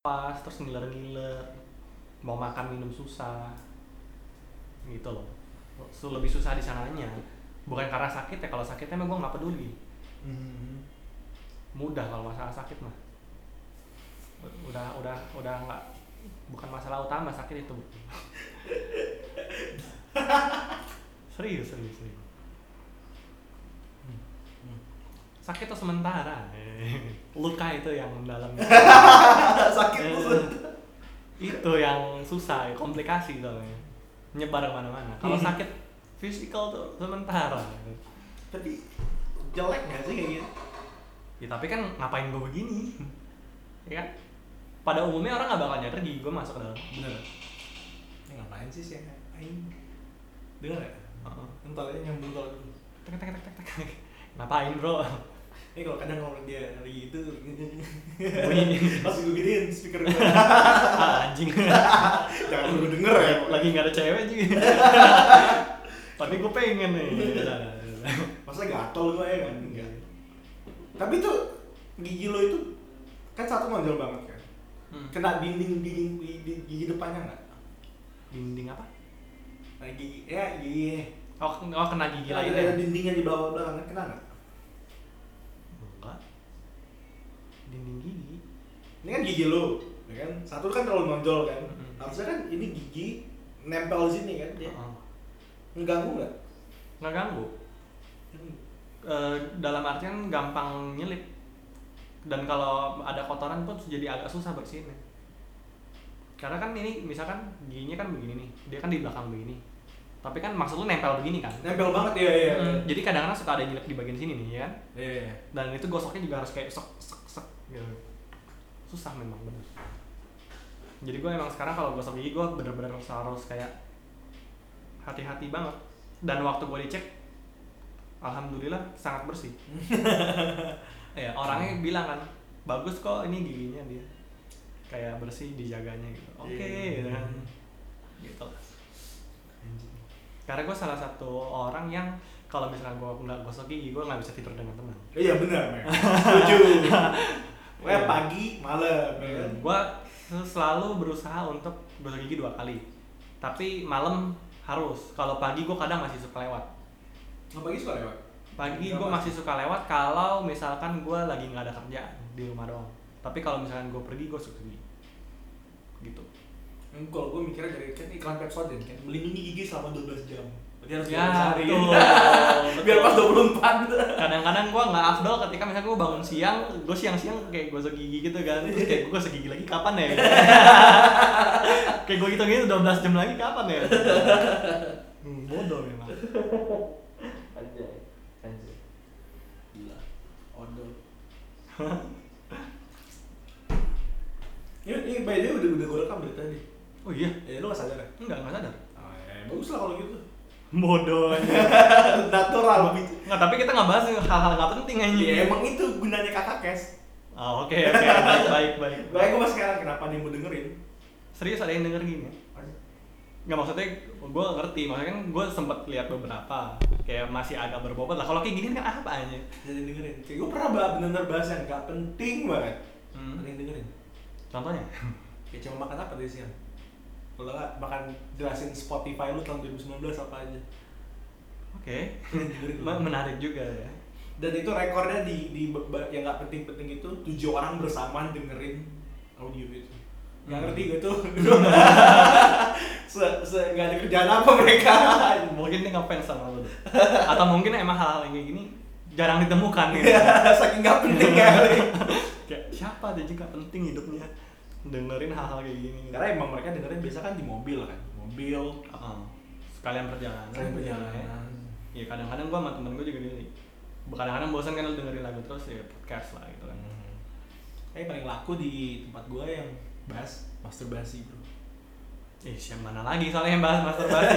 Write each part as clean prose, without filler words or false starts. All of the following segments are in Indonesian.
pas terus ngiler-ngiler, mau makan minum susah gitu loh. Lebih susah di sananya, bukan karena sakit ya. Kalau sakitnya emang gue nggak peduli, mudah. Kalau masalah sakit mah udah nggak, bukan masalah utama sakit itu. Serius. Sakit itu sementara, luka itu yang mendalam. Sakit tuh. Itu yang susah, komplikasi soalnya, nyebar kemana-mana. Kalau sakit fisikal tuh sementara. Tapi jelek nggak sih kayak gitu? Ya tapi kan ngapain gue begini, ya kan? Pada umumnya orang nggak bakal nyadar gigi gue masuk ke dalam. Bener. Ini ngapain sih aing? Dengar ya? Entolnya nyambung tol dulu. Tek. Ngapain bro? Ini kalau kadang ngomong dia lagi itu Bunyi. langsung gue gedein speaker gue. Anjing. Jangan lu denger ya. Lagi nggak ada cewek juga. Tapi gue pengen nih. Masa gatel gue ya kan? Enggak. Tapi tuh gigi lo itu kan satu nonjol banget kan? Kena dinding gigi depannya nggak? Dinding apa? Nah, gigi. Oh kena gigi lagi Ada deh. dindingnya di belakang kan, kena nggak? Enggak. Dinding gigi. Ini kan gigi lo, ya kan? Satu kan terlalu nonjol kan? Mm-mm. Harusnya kan ini gigi nempel di sini kan? Dia ngeganggu nggak? Nggak ganggu. Dalam artian gampang nyelip. Dan kalau ada kotoran pun jadi agak susah bersihinnya. Karena kan ini misalkan giginya kan begini nih, dia kan di belakang begini. Tapi kan maksud lu nempel begini kan? Nempel banget ya. Jadi kadang-kadang suka ada nyelip di bagian sini nih, ya kan? Iya. Dan itu gosoknya juga harus kayak sek gitu. Susah memang bener. Jadi gue emang sekarang kalau gosok gigi gue bener-bener harus kayak hati-hati banget. Dan waktu gue dicek, alhamdulillah sangat bersih. Ya orangnya bilang kan, bagus kok ini giginya dia, kayak bersih dijaganya gitu. Oke, gitu kan. Gitu lah. Karena gue salah satu orang yang kalau misalnya gue nggak gosok gigi, gue nggak bisa tidur dengan tenang. Iya benar, men. Setuju. Pagi, malam, ya kan? Gue selalu berusaha untuk gosok gigi 2 kali. Tapi malam harus. Kalau pagi gue kadang masih suka lewat. Pagi suka lewat? Pagi gue masih suka lewat kalau misalkan gue lagi nggak ada kerjaan di rumah doang. Tapi kalau misalkan gue pergi, gue suka gigi. Gitu. Kalau gue mikirnya dari kan iklan Pepsodent kan melindungi gigi selama 12 jam. Berarti harus Ya, sehari. betul. Biar pas 24. Kadang-kadang gue nggak afdol ketika misalnya gue bangun siang, gue siang-siang kayak gosok gigi gitu kan. Terus kayak gue gosok gigi lagi kapan ya? Kayak gue gitu 12 jam lagi kapan ya? Bodoh memang. Anjay. Gila. Odol. Ini by the way udah gue rekam dari tadi. Oh iya? Lu gak sadar ya? Nggak sadar. Bagus lah kalau gitu. Bodoh aja. Natural. Nggak, tapi kita nggak bahas hal-hal nggak penting aja. Ya emang itu gunanya kakak kes. Oh, oke. Baik. Makanya gue masih sekarang kenapa dia mau dengerin. Serius ada yang denger gini ya? Nggak, maksudnya gue ngerti, maksudnya kan gue sempet lihat beberapa kayak masih agak berbobot lah. Kalau kayak gini kan apa aja? Jadi dengerin. Kayak gue pernah bener-bener bahas yang gak penting banget. Ada yang dengerin. Contohnya? Kayak cuma makan apa dari siang? Kalau nggak makan jelasin Spotify lu tahun 2019 apa aja. Oke. Menarik juga ya. Dan itu rekornya di yang nggak penting-penting itu 7 orang bersamaan dengerin audio itu. Nggak ngerti gue tuh. Nggak ada kerjaan apa mereka. Mungkin dia ngefans sama lu. Atau mungkin emang hal-hal yang kayak gini jarang ditemukan gitu. Saking nggak penting kali. Kayak siapa aja juga penting hidupnya dengerin hal-hal kayak gini. Karena emang mereka dengerin biasa kan di mobil kan. Sekalian perjalanan. Perjalanan. Ya kadang-kadang gue sama temen gue juga gini. Kadang-kadang bosan kan lu dengerin lagu terus ya podcast lah gitu kan. Kayak paling laku di tempat gue yang bahas masturbasi bro. Yang mana lagi soalnya yang bahas masturbasi.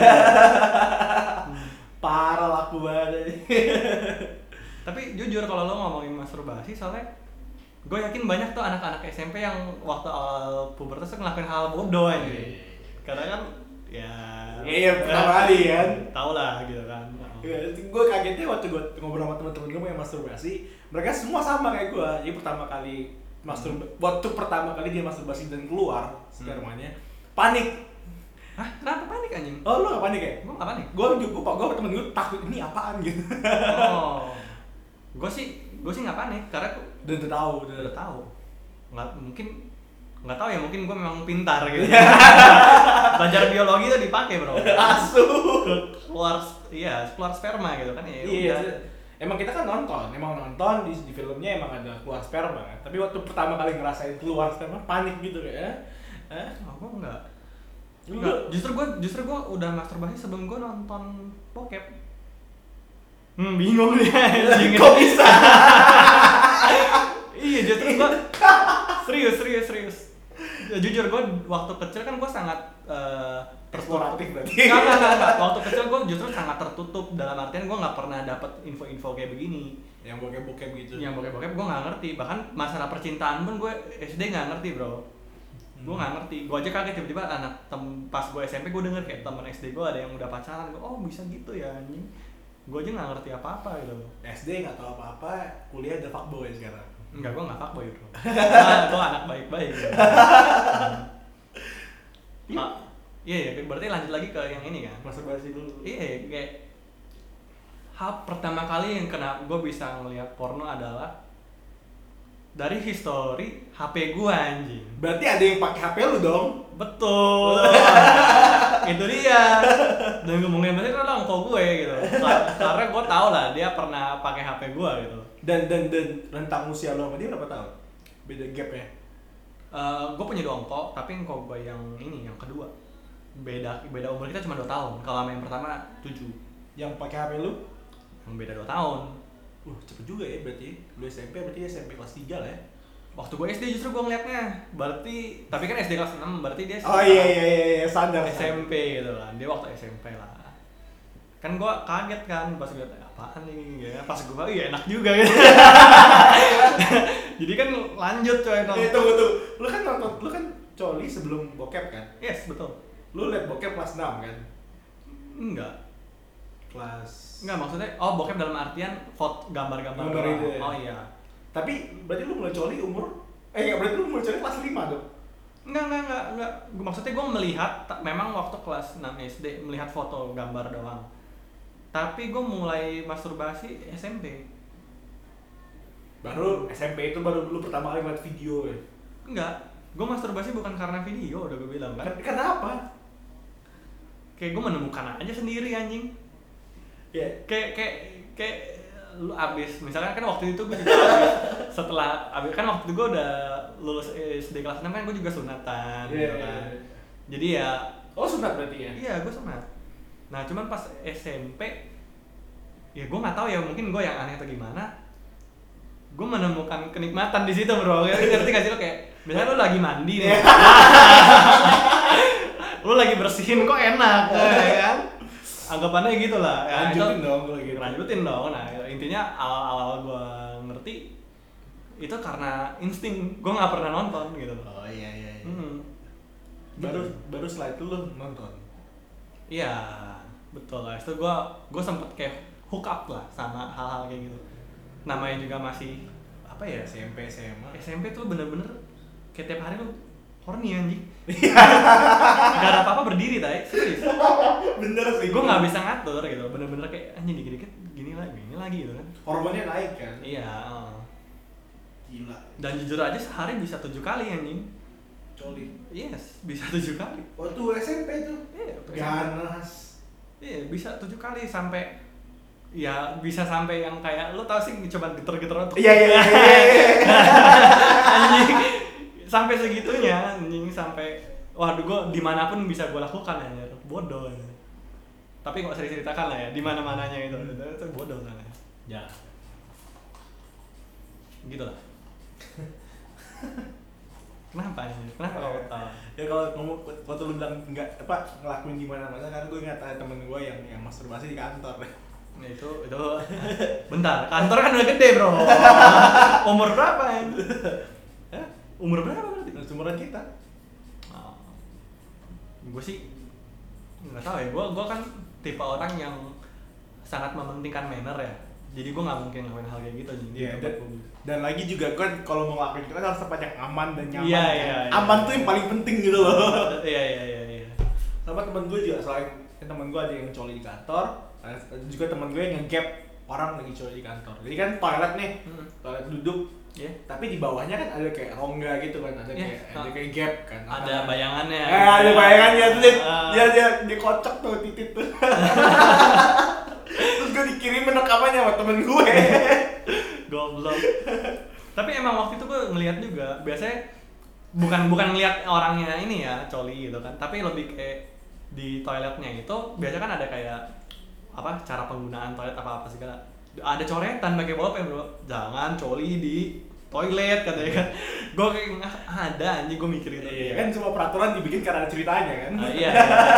Parah laku banget. Tapi jujur kalau lo ngomongin masturbasi soalnya gue yakin banyak tuh anak-anak SMP yang waktu awal pubertas tuh ngelakuin hal bodoh aja. Karena kan ya Iya pertama kali kan. Tau lah gitu kan. Gue kagetnya waktu gue ngobrol sama temen-temen gue yang masturbasi, mereka semua sama kayak gue. Jadi pertama kali waktu pertama kali dia masturbasi dan keluar spermanya, panik. Hah? Kenapa panik anjing? Oh, lu gak panik ya? Gue gak panik. Gue temen gue takut ini apaan gitu. Oh. Gue sih nggak panik karena Udah tahu. Nggak tahu ya, mungkin gue memang pintar gitu. Belajar biologi tuh dipakai bro. Asu. keluar sperma gitu kan ya. Iya. Emang kita kan nonton di filmnya emang ada keluar sperma kan. Tapi waktu pertama kali ngerasain keluar sperma panik gitu kayak. Gue enggak. Justru gue udah masturbasi sebelum gue nonton bokep. Bingung dia. Kok bisa? Iya, justru gue serius. Ya, jujur gue waktu kecil kan gue sangat eksploratif berarti. Enggak. Waktu kecil gue justru sangat tertutup, dalam artian gue nggak pernah dapet info-info kayak begini. Yang bokep-bokep gitu. Yang bokep gue nggak ngerti. Bahkan masalah percintaan pun gue SD nggak ngerti bro. Gue nggak ngerti. Gue aja kaget tiba-tiba pas gue SMP gue denger kayak teman SD gue ada yang udah pacaran. Gue bisa gitu ya anjing. Gue aja nggak ngerti apa-apa gitu. SD nggak tahu apa-apa, kuliah udah fuckboy sekarang. Enggak, gue nggak fuckboy bro. Gue anak baik-baik. Gitu. Iya, berarti lanjut lagi ke yang ini kan. Masturbasi dulu. Iya, kayak pertama kali yang gue bisa ngeliat porno adalah dari history HP gue anjing. Berarti ada yang pakai HP lu dong? Betul. Itu dia. Dan ngomongin berarti kan orang gue gitu. Karena gue tau lah dia pernah pakai HP gue gitu. Dan rentang usia lo sama dia berapa tahun? Beda gap ya? Gue punya 2 ongko, tapi ongko gue yang kedua beda umur kita cuma 2 tahun. Kalau yang pertama 7. Yang pakai HP lu? Yang beda 2 tahun. Cepet juga ya berarti. Lu SMP berarti SMP kelas 3 lah ya? Waktu gue SD justru gue ngeliatnya. Berarti, tapi kan SD kelas 6, berarti dia oh iya, sadar. SMP gitu kan. Dia waktu SMP lah. Kan gue kaget kan pas gue apaan nih ya. Pas gue iya enak juga gitu. Jadi kan lanjut coy nonton. Tunggu. Lu kan coli sebelum bokep kan? Yes, betul. Lu liat bokep kelas 6 kan? Enggak, maksudnya bokep dalam artian foto gambar-gambar itu ya? Oh iya. Tapi berarti lu mulai coli berarti lu mulai coli kelas 5 dong? Enggak. Maksudnya gue melihat, memang waktu kelas 6 SD melihat foto gambar doang. Tapi gue mulai masturbasi SMP. Baru SMP itu baru lu pertama kali ngeliat video ya? Enggak, gue masturbasi bukan karena video, udah gue bilang kan. Kenapa? Kayak gue menemukan aja sendiri anjing. Ya. Kayak lu abis, misalkan kan waktu itu gue juga abis kan waktu itu gue udah lulus SD kelas 6 kan gue juga sunatan gitu kan. Jadi ya sunat berarti ya? Iya, gue sunat. Nah cuman pas SMP ya gue nggak tahu ya, mungkin gue yang aneh atau gimana, gue menemukan kenikmatan di situ bro. Ngerti gak sih lo, kayak misalnya lo lagi mandi nih, lo lagi bersihin kok enak ya kan, anggapannya gitu lah ya, lanjutin dong. Nah intinya awal gue ngerti itu karena insting, gue nggak pernah nonton gitu. Oh iya. Baru setelah itu lo nonton? Iya betul lah. Itu gue sempet kayak hook up lah sama hal-hal kayak gitu. Namanya juga masih apa ya, SMP SMA. SMP tuh bener-bener kayak tiap hari lu horny anjing. Gak ada apa-apa berdiri tay, serius. Bener sih. Gue nggak bisa ngatur gitu, bener-bener kayak anjing dikit-dikit gini lagi gitu kan. Hormonnya naik kan? Iya. Gila. Dan jujur aja sehari bisa 7 kali anjing. Coli. Yes, bisa 7 kali. Waktu SMP tuh. Iya. Ganas. Iya, bisa 7 kali sampai. Ya bisa sampai yang kayak lo tau sih coba geter-geter tuh. Iya. Anjing. Sampai segitunya anjing, sampai waduh gue dimanapun bisa gue lakukan ya, bodoh ya. Tapi nggak usah diceritakan lah ya di mana-mananya itu bodoh lah ya. Gitu lah. Kenapa ini? Kenapa kau tahu? Ya kalau ngomong waktu lu bilang nggak ngelakuin gimana masa kan gue ingat ada temen gue yang masturbasi di kantor. Nah itu bentar, kantor kan udah gede bro. Umur berapa ya? Umur berapa berarti? Umuran kita. Gue sih nggak tahu ya. Gue kan tipe orang yang sangat mementingkan manner ya. jadi gue nggak mungkin ngelakuin hal kayak gitu di Iya, tempat publik. dan lagi juga kan kalau mau ngelakuin itu kan harus tempat yang aman dan nyaman. Iya, kan? iya, Aman iya. tuh yang paling penting gitu loh. Iya. Sama temen gue juga, selain temen gue ada yang coli di kantor, ada juga temen gue yang nge-gap orang lagi coli di kantor. Jadi kan toilet nih, toilet duduk, tapi di bawahnya kan ada kayak rongga gitu kan, ada kayak gap kan. Ada bayangannya. Ada bayangannya tuh dia kocok tuh titit tuh. Terus gue dikirim rekamannya sama temen gue. Goblok. Tapi emang waktu itu gue ngeliat juga, biasanya bukan ngeliat orangnya ini ya, coli gitu kan, tapi lebih kayak di toiletnya itu biasanya kan ada kayak apa cara penggunaan toilet apa segala, ada coretan pakai bolpen bro, jangan coli di toilet katanya kan. Gue kayak ada anjing, gue mikir itu. Iya kan, semua peraturan dibikin karena ada ceritanya kan. Iya.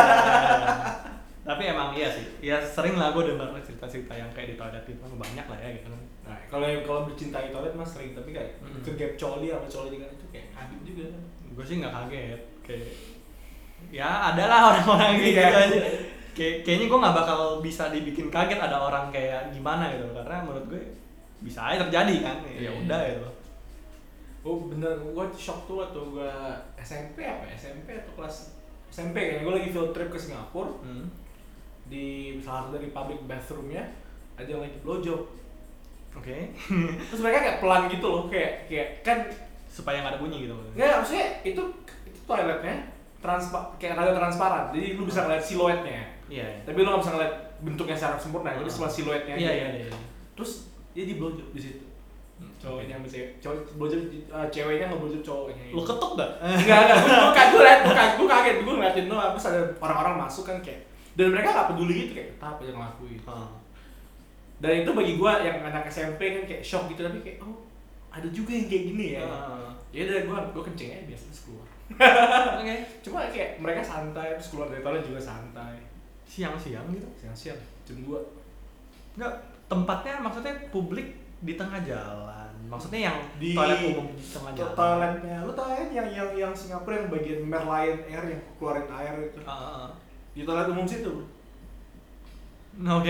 Tapi emang iya sih, ya sering lah gue dengar cerita-cerita yang kayak di toilet itu banyak lah ya gitu kan. Nah kalau mencintai toilet mah sering, tapi kayak ke gap coli sama coli dengan itu kayak kaget juga kan. Gue sih nggak kaget, kayak ya adalah orang-orang kayak gitu aja. Kayaknya gue nggak bakal bisa dibikin kaget ada orang kayak gimana gitu, karena menurut gue bisa aja terjadi kan. Ya udah gitu. Oh bener, gue shock tuh waktu gue SMP atau kelas SMP kayaknya, gue lagi field trip ke Singapura. Di salah satu dari public bathroomnya ada yang lagi blowjob. Oke. Terus mereka kayak pelan gitu loh, kayak kan supaya nggak ada bunyi gitu. Nggak, maksudnya itu toiletnya kayak rada transparan, jadi lu bisa ngeliat siluetnya. Iya. Tapi lu nggak bisa ngeliat bentuknya secara sempurna, jadi cuma siluetnya aja. Iya. Terus dia di blowjob di situ. Cowoknya sama ceweknya nge-blowjob cowoknya. Lu ketuk nggak? Enggak, gue kaget, gue ngeliatin doang. Terus ada orang-orang masuk kan kayak, dan mereka nggak peduli gitu, kayak apa aja ngelakuin. Dan itu bagi gue yang anak SMP kan kayak shock gitu, tapi kayak oh ada juga yang kayak gini ya. Ya udah gue kencing aja biasa terus keluar. Oke. Cuma kayak mereka santai, terus keluar dari toilet juga santai. Siang-siang gitu? Siang-siang, jam 2. Enggak, tempatnya maksudnya publik di tengah jalan. Maksudnya yang di toilet umum di tengah jalan. Toiletnya, lu tau kan yang Singapura yang bagian Merlion Air yang keluarin air itu. Di toilet umum situ. Oke.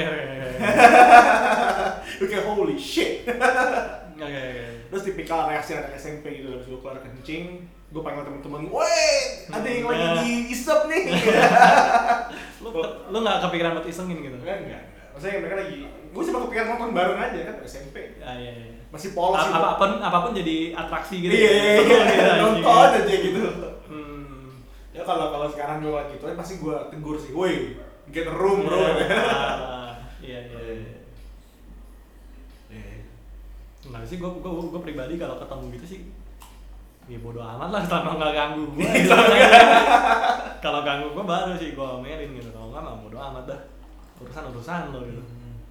Oke, holy shit. Oke. Terus tipikal reaksi anak SMP gitu, habis gue keluar kencing, gue panggil temen-temen, woi, ada yang lagi diisep nih. Lu nggak kepikiran buat isengin gitu? Enggak. Maksudnya mereka lagi, gue cuma kepikiran nonton bareng aja kan, SMP. Iya. Masih polos gitu. Apapun jadi atraksi gitu. Iya. Nonton aja gitu. Ya kalau sekarang gue lagi gitu, pasti gue tegur sih, woi, get a room bro. Iya. Nah sih gue pribadi kalau ketemu gitu sih, ya bodo amat lah selama nggak ganggu gue. Kalau ganggu gue baru sih gue omelin gitu, kalau nggak mah bodo amat dah, urusan lo gitu.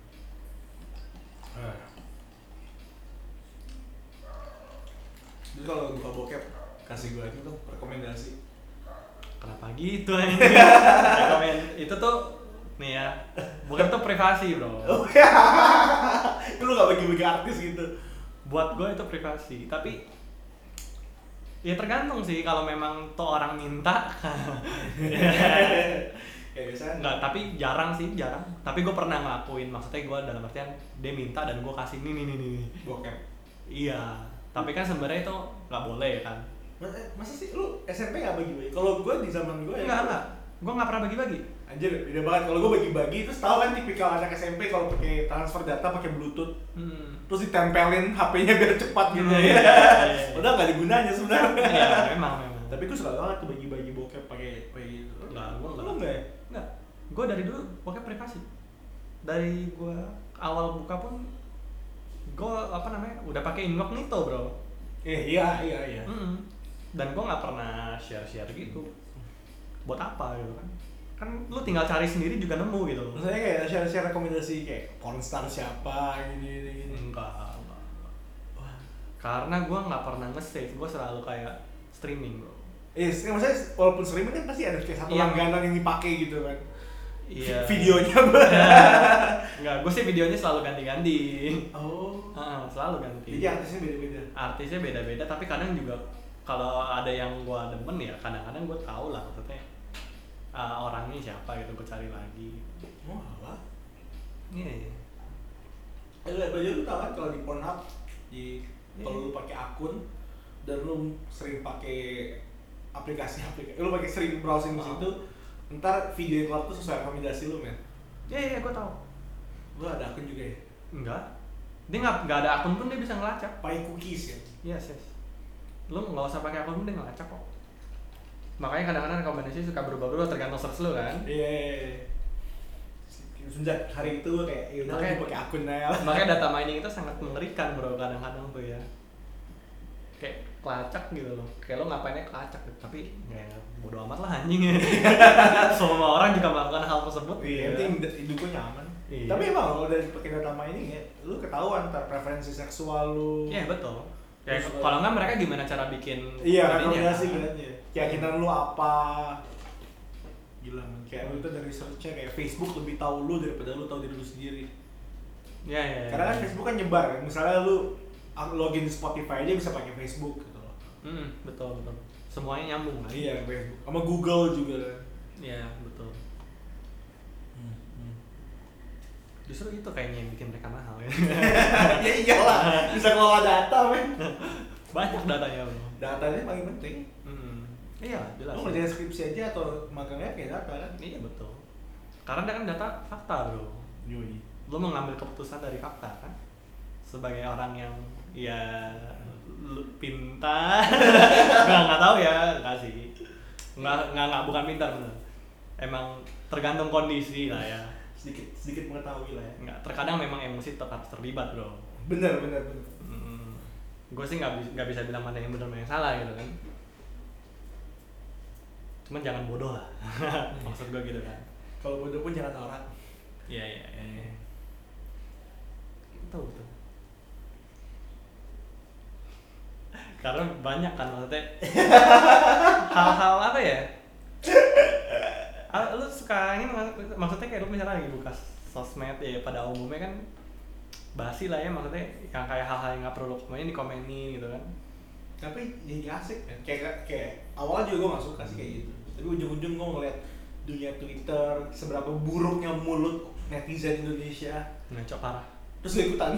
Jadi kalau buka bokep kasih gue itu tuh rekomendasi. Kenapa gitu aja? Itu tuh nih ya, bukan tuh privasi bro. Lu nggak bagi-bagi artis gitu? Buat gue itu privasi, tapi ya tergantung sih, kalau memang tuh orang minta. Ya biasanya. Nggak, tapi jarang. Tapi gue pernah ngelakuin, maksudnya gue dalam artian dia minta dan gue kasih nih. Bokep. Iya, tapi kan sebenarnya itu nggak boleh kan. Masa sih lu SMP nggak bagi-bagi? Kalau gue di zaman gue Enggak. Gue nggak pernah bagi-bagi. Anjir, beda banget. Kalau gue bagi-bagi, terus tahu kan tipikal anak SMP kalau pakai transfer data pakai Bluetooth, terus ditempelin HP-nya biar cepat gitu. Udah nggak digunanya sebenarnya. Iya, memang. Tapi gue suka banget tuh bagi-bagi bokep pakai gitu. Enggak, gue enggak. Lu enggak ya? Enggak. Gue dari dulu bokep privasi. Dari gue awal buka pun gue udah pakai incognito bro. Iya. Dan gue nggak pernah share gitu. Buat apa gitu kan? Kan lu tinggal cari sendiri juga nemu gitu. Maksudnya kayak share rekomendasi kayak pornstar siapa gini. Enggak. Karena gue nggak pernah nge-save, gue selalu kayak streaming bro. Maksudnya walaupun streaming kan pasti ada kayak satu langganan yang dipakai gitu kan. Iya. Videonya Enggak, gue sih videonya selalu ganti-ganti. Oh. Selalu ganti. Jadi artisnya beda-beda. Artisnya beda-beda, tapi kadang juga kalau ada yang gue demen ya kadang-kadang gue tahu lah maksudnya orangnya siapa gitu, gue cari lagi. Oh apa? Iya. Baju lu tau kan kalau di Pornhub kalau lu pakai akun dan lu sering pakai aplikasi lu pakai sering browsing di situ, ntar video yang keluar tuh sesuai rekomendasi lu, men. Iya, gue tahu. Lu ada akun juga ya? Enggak. Dia nggak ada akun pun dia bisa ngelacak. Pakai cookies ya? Yes. Lu nggak usah pakai akun pun dia ngelacak kok. Makanya kadang-kadang rekomendasi suka berubah-ubah tergantung search lu kan. Iya. Sejak hari itu kayak yaudah lagi pakai akun aja. Makanya data mining itu sangat mengerikan bro, kadang-kadang tuh ya. Kayak kelacak gitu loh. Kayak lo ngapainnya kelacak gitu. Tapi ya bodo amat lah anjing ya. Semua orang juga melakukan hal tersebut. Iya, yang penting hidupnya nyaman. Iya. Tapi emang kalau dari pakai data mining ya, lu ketahuan ntar preferensi seksual lu. Iya betul. Ya kalau nggak mereka gimana cara bikin? Iya, rekomendasi kan ya. Keyakinan lu apa? Gila man. Kayak lu tuh dari search-nya kayak Facebook lebih tahu lu daripada lu tahu diri lu sendiri. Iya. Karena kan Facebook kan nyebar kan. Misalnya lu login Spotify aja bisa pakai Facebook gitu loh. Betul. Semuanya nyambung kan? Iya, Facebook. Sama Google juga kan. Iya, betul. Justru itu kayaknya yang bikin mereka mahal ya. Ya iyalah, bisa kelola data men. Banyak datanya bro. Datanya paling penting. Iya, jelas. Lu ngerjain skripsi aja atau magangnya kayak data kan? Iya betul. Karena dia kan data fakta bro. Yoi. Lu mengambil keputusan dari fakta kan. Sebagai orang yang ya pintar. nggak tahu ya, nggak sih. Nggak bukan pintar bener. Emang tergantung kondisi lah ya. sedikit mengetahui lah ya. Nggak, terkadang memang emosi tetap terlibat bro. Bener. Gue sih nggak bisa bilang mana yang benar mana yang salah gitu kan. Cuman jangan bodoh lah. Maksud gue gitu kan. Kalau bodoh pun jangan norak. Iya. Betul. Karena banyak kan maksudnya hal-hal apa ya? Lu suka ini maksudnya kayak lu misalnya lagi buka sosmed ya pada umumnya kan basi lah ya, maksudnya yang kayak hal-hal yang nggak perlu dikomenin gitu kan. Tapi jadi asik kan, kayak awalnya juga gue gak suka sih kayak gitu. Tapi ujung-ujung gue ngeliat dunia Twitter, seberapa buruknya mulut netizen Indonesia. Ngaco parah. Terus gue ikutan.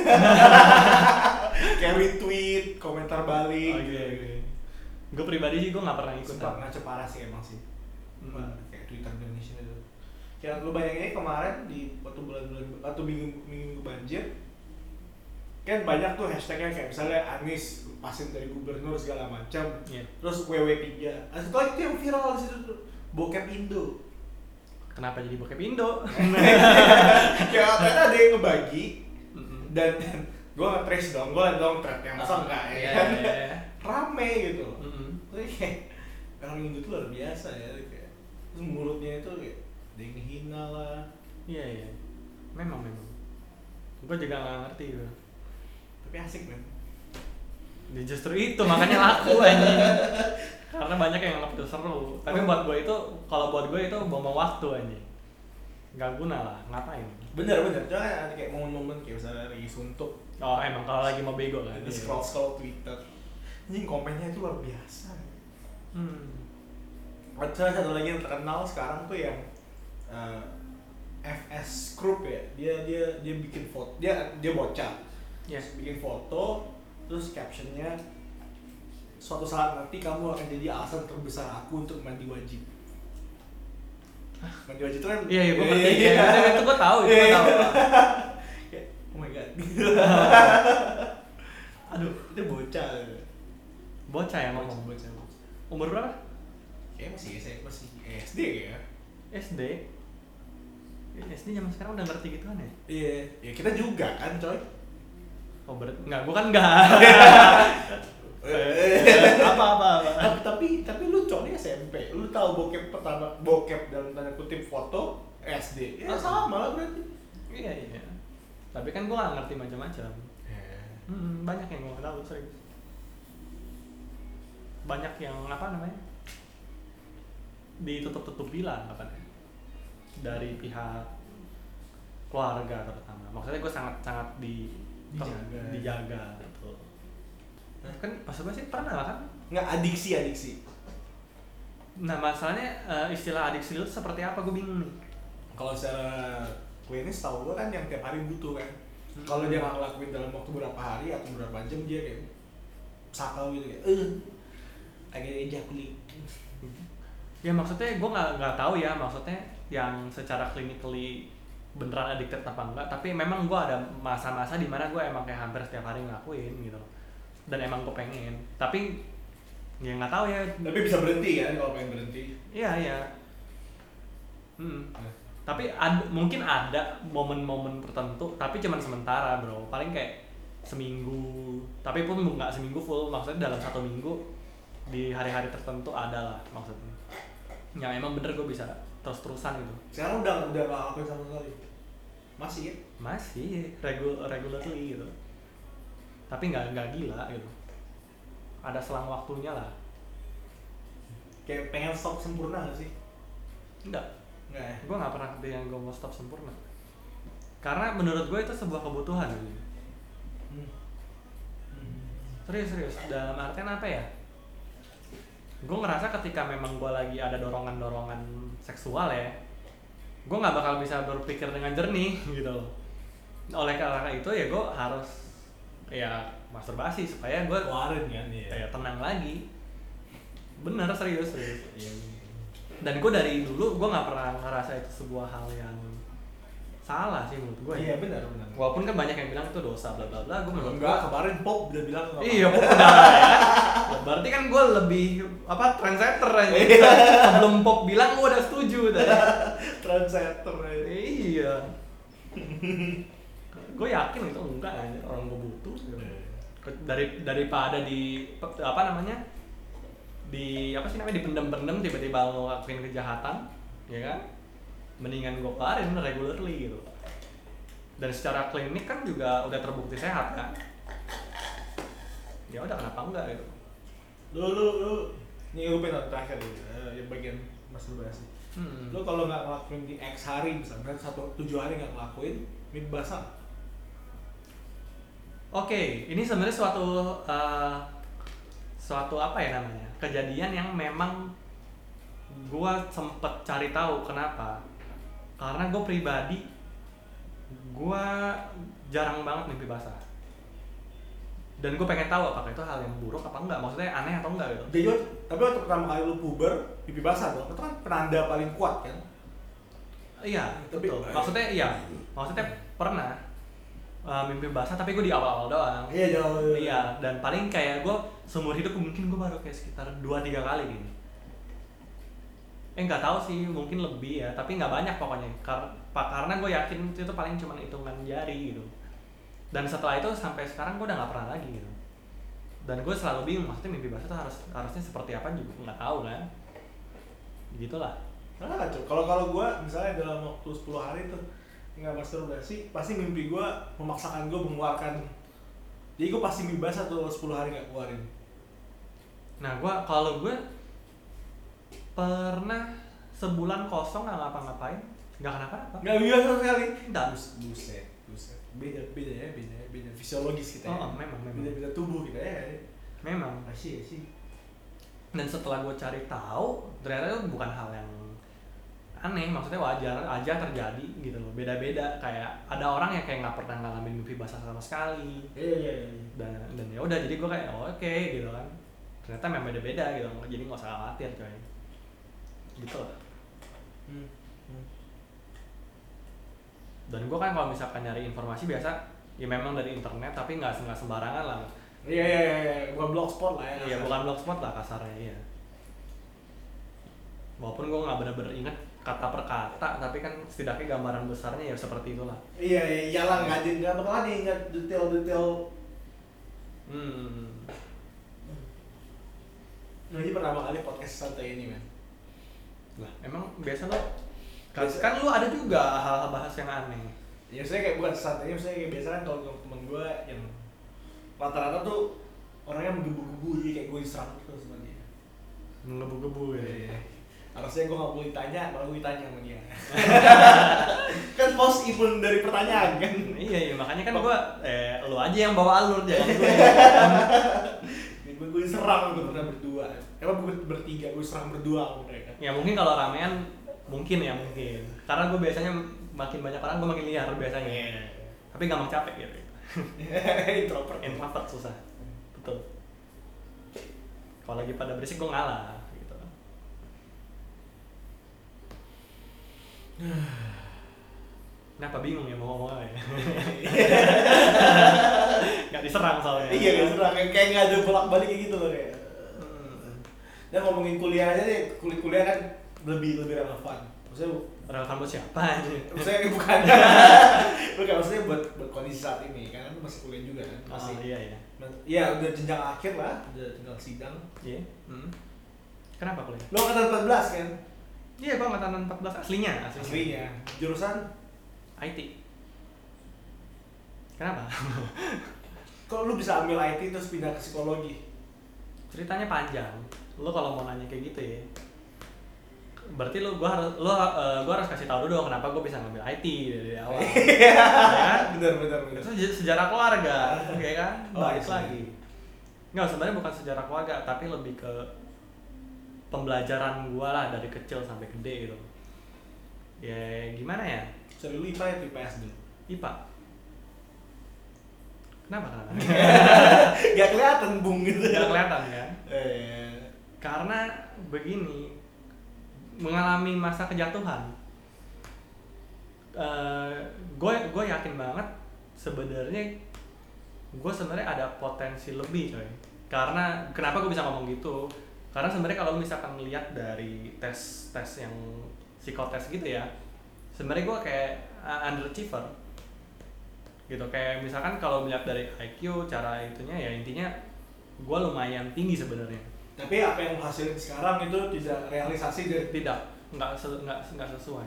Kayak retweet, komentar balik. Oh iya. Gue pribadi sih gue nggak pernah ikutan. Sumpah ngaco parah sih emang sih. Kayak Twitter Indonesia itu. Kayak lu bayangin kemarin di waktu bulan-bulan atau minggu banjir, kan banyak tuh hashtagnya kayak misalnya Anies pasin dari gubernur segala macam, terus WW3, itu lagi tuh yang viral di situ tuh bokep Indo. Kenapa jadi bokep Indo? Ya ternyata ada yang ngebagi dan gue nge-trace dong, gue liat dong thread yang masa enggak ya kan, rame gitu. Tapi kayak orang Indo tuh luar biasa ya, kayak terus mulutnya itu kayak ada yang hina lah. Iya. Memang. Gue juga nggak ngerti gitu. Tapi asik men. Ya justru itu makanya laku anjing. Karena banyak yang nganggap itu seru. Tapi buat gue itu, kalau buat gue itu buang-buang waktu anjing. Gak guna lah, ngapain? Bener. Cuma ada kayak momen-momen kayak misalnya lagi suntuk. Oh emang kalau lagi mau bego kan? Scroll Twitter. Anjing komennya itu luar biasa. Ada satu lagi yang terkenal sekarang tuh yang FS Group ya. Dia bikin foto. Dia bocah. Yes. Bikin foto, terus captionnya, suatu saat nanti kamu akan jadi alasan terbesar aku untuk mandi wajib. Mandi wajib itu kan? Iya, gue ngerti. Itu gue tahu. Kayak, oh my god. Aduh, itu bocah. Bocah ya ngomong. Bocah. Umur berapa? Kayaknya masih SD ya. SD. SD zaman sekarang udah ngerti gitu kan ya? Iya, ya kita juga kan coy. Oh enggak, gua kan enggak. Apa. Tapi lu cowoknya SMP, lu tahu bokep dalam tanda kutip foto SD. Ya sama lah berarti. Iya. Tapi kan gua nggak ngerti macam-macam. Banyak yang gua nggak tahu serius. Banyak yang apa namanya? Ditutup-tutupi lah apa namanya? Dari pihak keluarga terutama. Maksudnya gua sangat dijaga gitu. Kan pas gue sih pernah lah kan? Nggak, adiksi. Nah masalahnya istilah adiksi itu seperti apa, gue bingung nih. Kalau secara klinis tahu gue kan yang tiap hari butuh kan. Kalau dia nggak ngelakuin dalam waktu berapa hari atau berapa jam, dia kayak sakau gitu kayak agak ejakulit. Ya maksudnya gue nggak tahu ya, maksudnya yang secara clinically beneran addicted apa enggak, tapi memang gue ada masa-masa di mana gue emang kayak hampir setiap hari ngelakuin gitu, dan emang gue pengen, tapi ya nggak tahu ya. Tapi bisa berhenti kan kalau pengen berhenti? Iya. Tapi mungkin ada momen-momen tertentu, tapi cuman sementara bro, paling kayak seminggu, tapi pun nggak seminggu full, maksudnya dalam 1 minggu di hari-hari tertentu ada lah maksudnya, yang emang bener gue bisa terus-terusan gitu. Sekarang udah nggak ngelakuin sama sekali? Masih ya? Masih regularly gitu, tapi nggak gila gitu, ada selang waktunya lah. Kayak pengen stop sempurna nggak sih? Enggak ya? Gue nggak pernah kepikiran gue mau stop sempurna, karena menurut gue itu sebuah kebutuhan gitu. Serius dalam artian apa ya, gue ngerasa ketika memang gue lagi ada dorongan seksual ya, gue nggak bakal bisa berpikir dengan jernih gitu loh. Oleh karena itu ya gue harus ya masturbasi supaya gue keluarin kan ya. Kayak tenang lagi. Bener, serius. Dan gue dari dulu gue nggak pernah ngerasa itu sebuah hal yang salah sih menurut gue. Iya benar. Walaupun kan banyak yang bilang itu dosa bla bla bla, gue menurut enggak, kemarin Pop udah bilang enggak. Iya, Pop udah ya kan. Berarti kan gue lebih trendsetter aja. Sebelum Pop bilang gue udah setuju tadi. Trendsetter aja. Iya. Gue yakin itu enggak aja, orang gue butuh. Daripada di dipendem-pendem tiba-tiba lo ngelakuin kejahatan, ya kan? Mendingan gue kelarin regularly gitu. Dan secara klinik kan juga udah terbukti sehat kan. Ya udah, kenapa enggak gitu. Lu ini gue pengen terakhir yang bagian masturbasi. Lu kalau nggak ngelakuin di X hari misalnya 7 hari nggak ngelakuin, mimpi basah. Oke, ini sebenarnya suatu apa ya namanya, kejadian yang memang gue sempet cari tahu kenapa. Karena gue pribadi, gue jarang banget mimpi basah. Dan gue pengen tahu apakah itu hal yang buruk apa enggak, maksudnya aneh atau enggak gitu. Jadi, tapi waktu pertama kali lu puber, mimpi basah dong, itu kan penanda paling kuat kan? Iya, tapi betul. Maksudnya pernah mimpi basah, tapi gue di awal-awal doang. Iya, jauh. Iya, dan paling kayak gue seumur hidup mungkin gue baru kayak sekitar 2-3 kali gini. Nggak tahu sih, mungkin lebih ya, tapi nggak banyak pokoknya. Karena gue yakin itu paling cuma hitungan jari gitu. Dan setelah itu sampai sekarang gue udah nggak pernah lagi gitu. Dan gue selalu bingung, maksudnya mimpi basah tuh harusnya seperti apa juga nggak tahu kan. Gitulah. Karena kalau gue misalnya dalam waktu 10 hari tuh nggak masturbasi, pasti mimpi gue memaksakan gue mengeluarkan. Jadi gue pasti mimpi basah tuh 10 hari nggak keluarin. Nah, kalau gue pernah sebulan kosong nggak ngapa-ngapain, nggak kenapa-napa. Nggak biasa sekali. Buset. Beda fisiologis kita ya. Memang. Beda tubuh kita ya. Memang. Sih. Dan setelah gue cari tahu, ternyata itu bukan hal yang aneh, maksudnya wajar aja terjadi gitu loh. Beda-beda, kayak ada orang yang kayak nggak pernah ngalamin mimpi basah sama sekali. Iya. Dan ya udah, jadi gue kayak oke gitu kan. Ternyata memang beda-beda gitu, jadi nggak usah khawatir coy. Gitu lah. Dan gue kan kalau misalkan nyari informasi biasa ya memang dari internet, tapi nggak sembarangan lah. Iya, bukan blogspot lah ya. Iya, bukan blogspot lah kasarnya, iya. Walaupun gue nggak benar-benar ingat kata per kata, tapi kan setidaknya gambaran besarnya ya seperti itulah. Iya, iyalah nggak bakalan ingat detail-detail. Ini pertama kali podcast santai ini, men. Lah, emang biasa lo? Kan lu ada juga hal-hal bahas yang aneh. Ya saya kayak bukan santai, saya kayak biasa kan kalau temen gue yang rata-rata tuh orangnya menggebu-gebu, jadi kayak gue diserang terus sama dia. Menggebu-gebu ya. Iya. Harusnya gue nggak boleh ditanya, malah gue ditanya sama dia. Kan post even dari pertanyaan kan. Iya, makanya kan gue lu aja yang bawa alur, jangan gue. Gue diserang, gue pernah berdua. Emang gue bertiga, gue serang berdua sama mereka. Ya mungkin kalau ramean mungkin. Karena gue biasanya makin banyak orang gue makin liar biasanya. Iya. tapi gampang capek gitu. Introvert susah, betul. Kalau lagi pada berisik gue ngalah gitu. Kenapa bingung ya mau ngomong apa ya? Gak diserang soalnya. Iya gak diserang, kayak gak ada bolak-balik kayak gitu loh kayak. Dan ngomongin kuliah aja deh, kuliah kan lebih relevan. Maksudnya relevan buat siapa aja? Maksudnya bukan maksudnya buat kondisi saat ini kan lu masih kuliah juga kan? Masih. Iya. Ya udah jenjang akhir lah, udah tinggal sidang. Iya. Kenapa kuliah? Lo angkatan 14 kan? Iya, gua angkatan 14 aslinya. Jurusan IT. Kenapa? Kok lu bisa ambil IT terus pindah ke psikologi? Ceritanya panjang. Lo kalau mau nanya kayak gitu ya, berarti gua harus kasih tahu dulu kenapa gua bisa ngambil IT dari awal. Ya kan? Bener. Itu sejarah keluarga, ya kan? Balik iya. lagi. Nggak, sebenarnya bukan sejarah keluarga, tapi lebih ke pembelajaran gua lah dari kecil sampai gede gitu. Ya gimana ya? Sorry, lu IPA ya IPS dulu? IPA. Kenapa? Gak kelihatan bung gitu. Gak kelihatan kan? Karena begini, mengalami masa kejatuhan. Gue yakin banget sebenarnya gue ada potensi lebih coy. Karena kenapa gue bisa ngomong gitu? Karena sebenarnya kalau misalkan lihat dari tes yang psikotes gitu ya, sebenarnya gue kayak underachiever gitu. Kayak misalkan kalau melihat dari IQ, cara itunya ya intinya gue lumayan tinggi sebenarnya. Tapi apa yang hasilin sekarang itu tidak realisasi deh? nggak sesuai.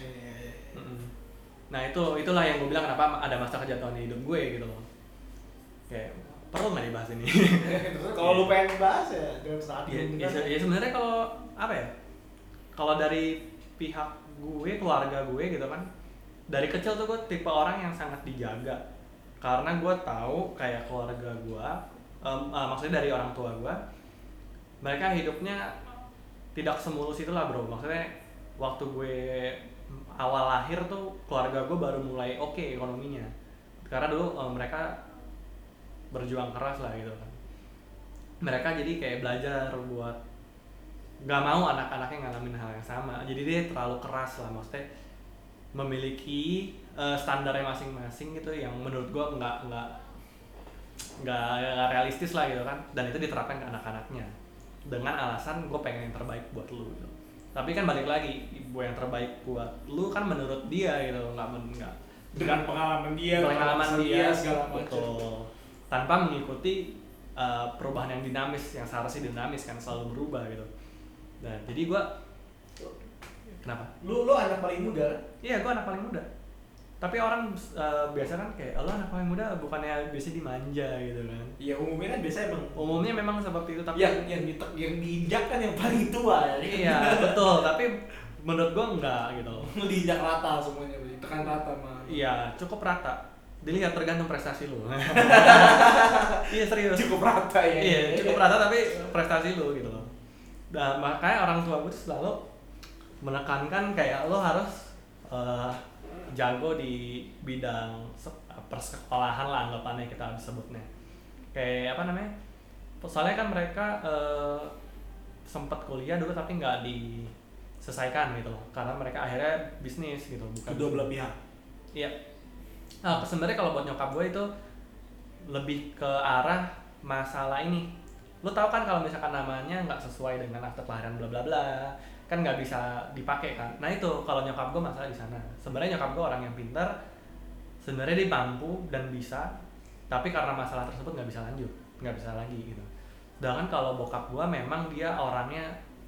Nah itulah yang gue bilang kenapa ada masa kejatuhan di hidup gue gitu loh. Kayak perlu nggak dibahas ini? Kalau lu pengen bahas ya dengan saat ini. Ya sebenarnya kalau apa ya? Kalau dari pihak gue, keluarga gue gitu kan, dari kecil tuh gue tipe orang yang sangat dijaga. Karena gue tahu kayak keluarga gue, maksudnya dari orang tua gue, mereka hidupnya tidak semulus itulah bro. Maksudnya waktu gue awal lahir tuh keluarga gue baru mulai oke ekonominya. Karena dulu mereka berjuang keras lah gitu kan. Mereka jadi kayak belajar buat gak mau anak-anaknya ngalamin hal yang sama. Jadi dia terlalu keras lah, maksudnya memiliki standarnya masing-masing gitu yang menurut gue nggak realistis lah gitu kan. Dan itu diterapkan ke anak-anaknya dengan alasan gue pengen yang terbaik buat lu gitu. Tapi kan balik lagi, ibu yang terbaik buat lu kan menurut dia gitu, nggak dengan pengalaman dia segala macam. Betul. Tanpa mengikuti perubahan yang dinamis, yang seharusnya dinamis kan selalu berubah gitu. Nah jadi gue kenapa? Lu anak paling muda? Iya, gue anak paling muda. Tapi orang biasa kan kayak lo anak paling muda bukannya biasa dimanja gitu kan? Iya umumnya kan biasa emang. Umumnya memang seperti itu, tapi yang diinjak kan yang paling tua ya. Iya betul, tapi menurut gue enggak gitu. Diinjak rata semuanya, tekan rata mah. Iya cukup rata. Dilihat tergantung prestasi lu. Iya serius. Cukup rata ya. Iya cukup rata tapi prestasi lu gitu loh. Dan makanya orang tua gue selalu menekankan kayak lo harus jago di bidang persekolahan lah anggapannya kita sebutnya. Kayak apa namanya? Soalnya kan mereka sempat kuliah dulu tapi nggak diselesaikan gitu loh. Karena mereka akhirnya bisnis gitu. Bukan kedua belah pihak. Iya. Nah, sebenarnya kalau buat nyokap gue itu lebih ke arah masalah ini. Lo tau kan kalau misalkan namanya nggak sesuai dengan akte kelahiran bla bla bla, kan nggak bisa dipakai kan. Nah itu kalau nyokap gue masalah di sana. Sebenarnya nyokap gue orang yang pintar, sebenarnya dia mampu dan bisa, tapi karena masalah tersebut nggak bisa lanjut, nggak bisa lagi gitu. Sedangkan kalau bokap gue memang dia orangnya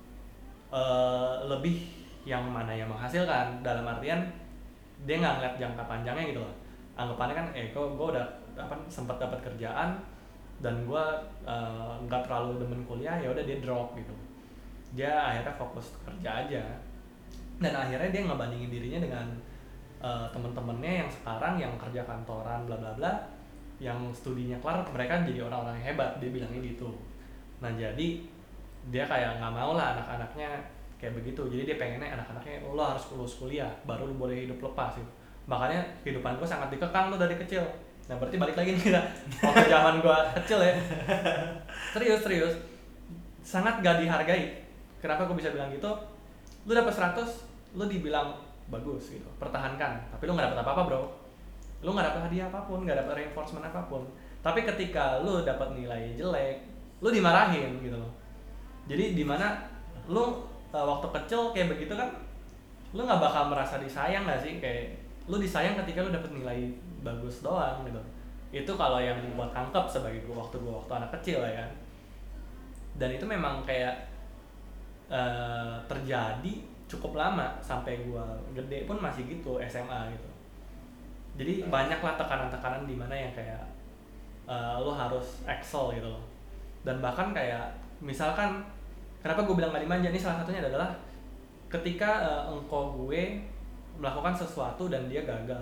lebih yang mana yang menghasilkan, dalam artian dia nggak ngeliat jangka panjangnya gitu loh. Anggapannya kan gue udah sempat dapat kerjaan dan gue nggak terlalu demen kuliah, ya udah dia drop gitu. Dia akhirnya fokus kerja aja dan akhirnya dia ngebandingin dirinya dengan temen-temennya yang sekarang yang kerja kantoran bla bla bla, yang studinya kelar, mereka jadi orang-orang yang hebat, dia bilangnya gitu. Nah jadi dia kayak nggak mau lah anak-anaknya kayak begitu. Jadi dia pengennya anak-anaknya lo harus lulus kuliah baru lo boleh hidup lepas gitu. makanya kehidupan gue sangat dikekang tuh dari kecil. Nah berarti balik lagi nih waktu zaman gue kecil ya, serius sangat gak dihargai. Kenapa gue bisa bilang gitu? Lu dapet 100, lu dibilang bagus gitu, pertahankan, tapi lu gak dapet apa-apa bro. Lu gak dapet hadiah apapun, gak dapet reinforcement apapun. Tapi ketika lu dapet nilai jelek, lu dimarahin gitu loh. Jadi dimana lu waktu kecil kayak begitu kan, lu gak bakal merasa disayang gak sih? Kayak lu disayang ketika lu dapet nilai bagus doang gitu. Itu kalau yang buat tangkep sebagai waktu anak kecil ya kan. Dan itu memang kayak terjadi cukup lama sampai gua gede pun masih gitu, SMA gitu. Jadi banyaklah tekanan-tekanan di mana yang kayak lo harus excel gitu loh. Dan bahkan kayak misalkan kenapa gue bilang gak dimanja, ini salah satunya adalah ketika engkau gue melakukan sesuatu dan dia gagal,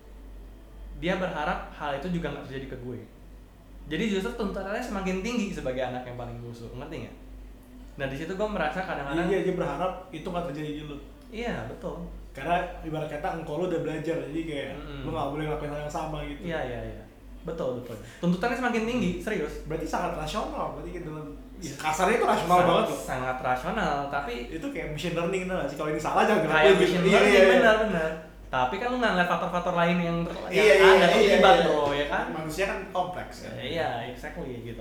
dia berharap hal itu juga gak terjadi ke gue. Jadi justru tuntutannya semakin tinggi sebagai anak yang paling busuk, ngerti gak? Nah di situ gue merasa kadang-kadang dia berharap itu gak terjadi di lu. Iya betul. Karena ibarat kata engkau lu udah belajar, jadi kayak lu gak boleh ngelakuin hal yang sama gitu. Iya. Betul. Tuntutannya semakin tinggi, serius. Berarti sangat rasional, berarti gitu. Kasarnya itu rasional banget loh. Sangat rasional, tapi itu kayak machine learning tuh sih. Kalau ini salah jangan kayak machine learning, benar. Tapi kan lu nggak ngeliat faktor-faktor lain yang ada terlibat bro, ya kan? Manusia kan kompleks ya. Iya, exactly gitu.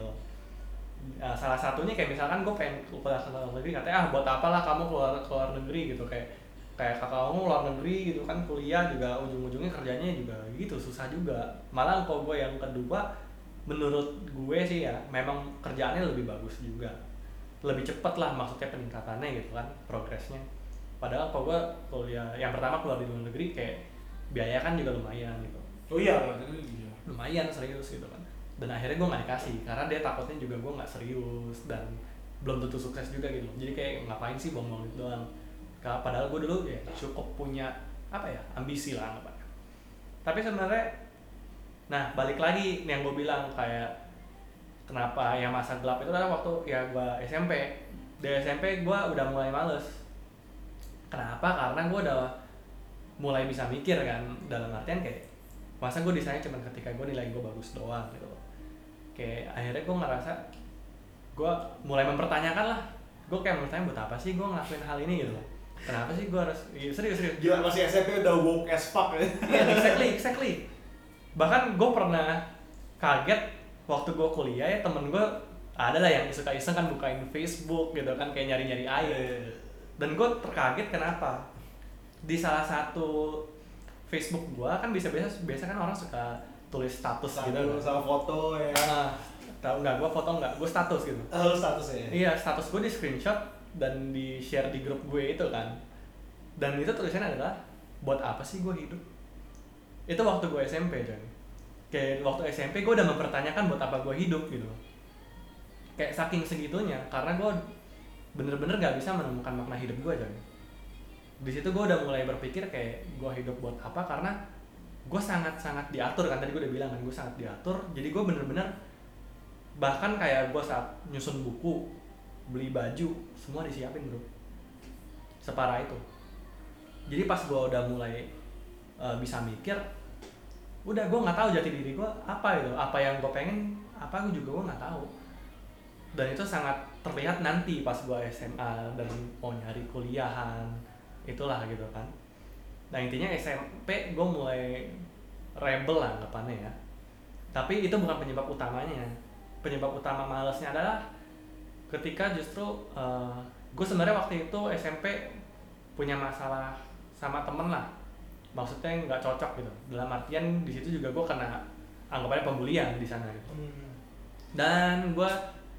Salah satunya kayak misalkan gue pengen kuliah ke luar negeri, katanya buat apalah kamu keluar negeri gitu, kayak kakak kamu luar negeri gitu kan, kuliah juga ujung-ujungnya kerjanya juga gitu, susah juga. Malah kalau gue yang kedua, menurut gue sih ya memang kerjaannya lebih bagus juga, lebih cepet lah maksudnya peningkatannya gitu kan, progresnya. Padahal kalau gue kuliah yang pertama keluar di luar negeri kayak biaya kan juga lumayan gitu. Oh iya, lumayan serius gitu kan. Dan akhirnya gue nggak dikasih karena dia takutnya juga gue nggak serius dan belum tentu sukses juga gitu. Jadi kayak ngapain sih buang-buang itu doang. Padahal gue dulu ya cukup punya ambisi lah apa. Tapi sebenarnya, nah balik lagi yang gue bilang kayak kenapa yang masa gelap itu adalah waktu ya gue SMP. Di SMP gue udah mulai males. Kenapa? Karena gue udah mulai bisa mikir kan, dalam artian kayak masa gue disayang cuma ketika gue nilai gue bagus doang gitu. Kayak akhirnya gue ngerasa gue mulai mempertanyakan lah, gue kayak bertanya buat apa sih gue ngelakuin hal ini gitu. Kenapa sih gue harus serius gila masih SMP udah woke as fuck ya. Iya exactly. Bahkan gue pernah kaget waktu gue kuliah ya, temen gue ada lah yang suka iseng kan bukain Facebook gitu kan, kayak nyari-nyari air. Dan gue terkaget kenapa di salah satu Facebook gue kan biasa kan orang suka tulis status gitu sama foto ya. Tahu nggak, gue foto nggak, gue status gitu. Status ya. Iya, status gue di screenshot dan di share di grup gue itu kan. Dan itu tulisannya adalah buat apa sih gue hidup. Itu waktu gue SMP kan. Kayak waktu SMP gue udah mempertanyakan buat apa gue hidup gitu. Kayak saking segitunya, karena gue bener-bener gak bisa menemukan makna hidup gue kan. Di situ gue udah mulai berpikir kayak gue hidup buat apa, karena gue sangat-sangat diatur kan, tadi gue udah bilang kan gue sangat diatur. Jadi gue bener-bener bahkan kayak gue saat nyusun buku, beli baju, semua disiapin bro, separah itu. Jadi pas gue udah mulai bisa mikir, udah gue nggak tahu jati diri gue apa itu, apa yang gue pengen, apa gue juga gue nggak tahu. Dan itu sangat terlihat nanti pas gue SMA dan mau nyari kuliahan, itulah gitu kan. Nah intinya SMP gue mulai rebel lah anggapannya ya. Tapi itu bukan penyebab utamanya. Penyebab utama malesnya adalah ketika justru gue sebenarnya waktu itu SMP punya masalah sama temen lah, maksudnya nggak cocok gitu. Dalam artian di situ juga gue kena anggapannya pembulian di sana gitu. Dan gue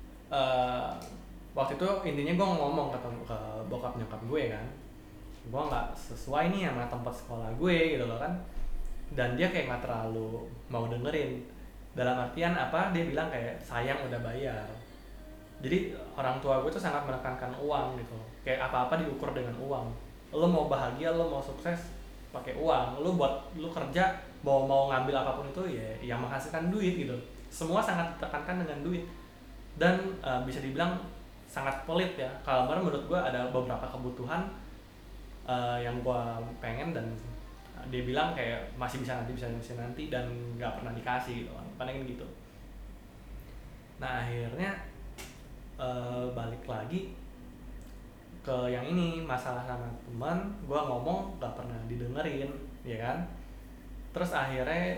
waktu itu intinya gue ngomong ke bokap nyokap gue kan, gue nggak sesuai nih sama tempat sekolah gue gitu loh kan. Dan dia kayak nggak terlalu mau dengerin. Dalam artian apa, dia bilang kayak sayang udah bayar. Jadi orang tua gue tuh sangat menekankan uang gitu, kayak apa-apa diukur dengan uang. Lo mau bahagia, lo mau sukses pakai uang. Lo kerja mau ngambil apapun itu ya yang menghasilkan duit gitu. Semua sangat ditekankan dengan duit. Dan bisa dibilang sangat pelit ya. Kalau menurut gue ada beberapa kebutuhan yang gue pengen dan dia bilang kayak masih bisa nanti dan nggak pernah dikasih gitu kan, paling gitu. Nah akhirnya balik lagi ke yang ini, masalah sama teman, gue ngomong gak pernah didengerin, ya kan. Terus akhirnya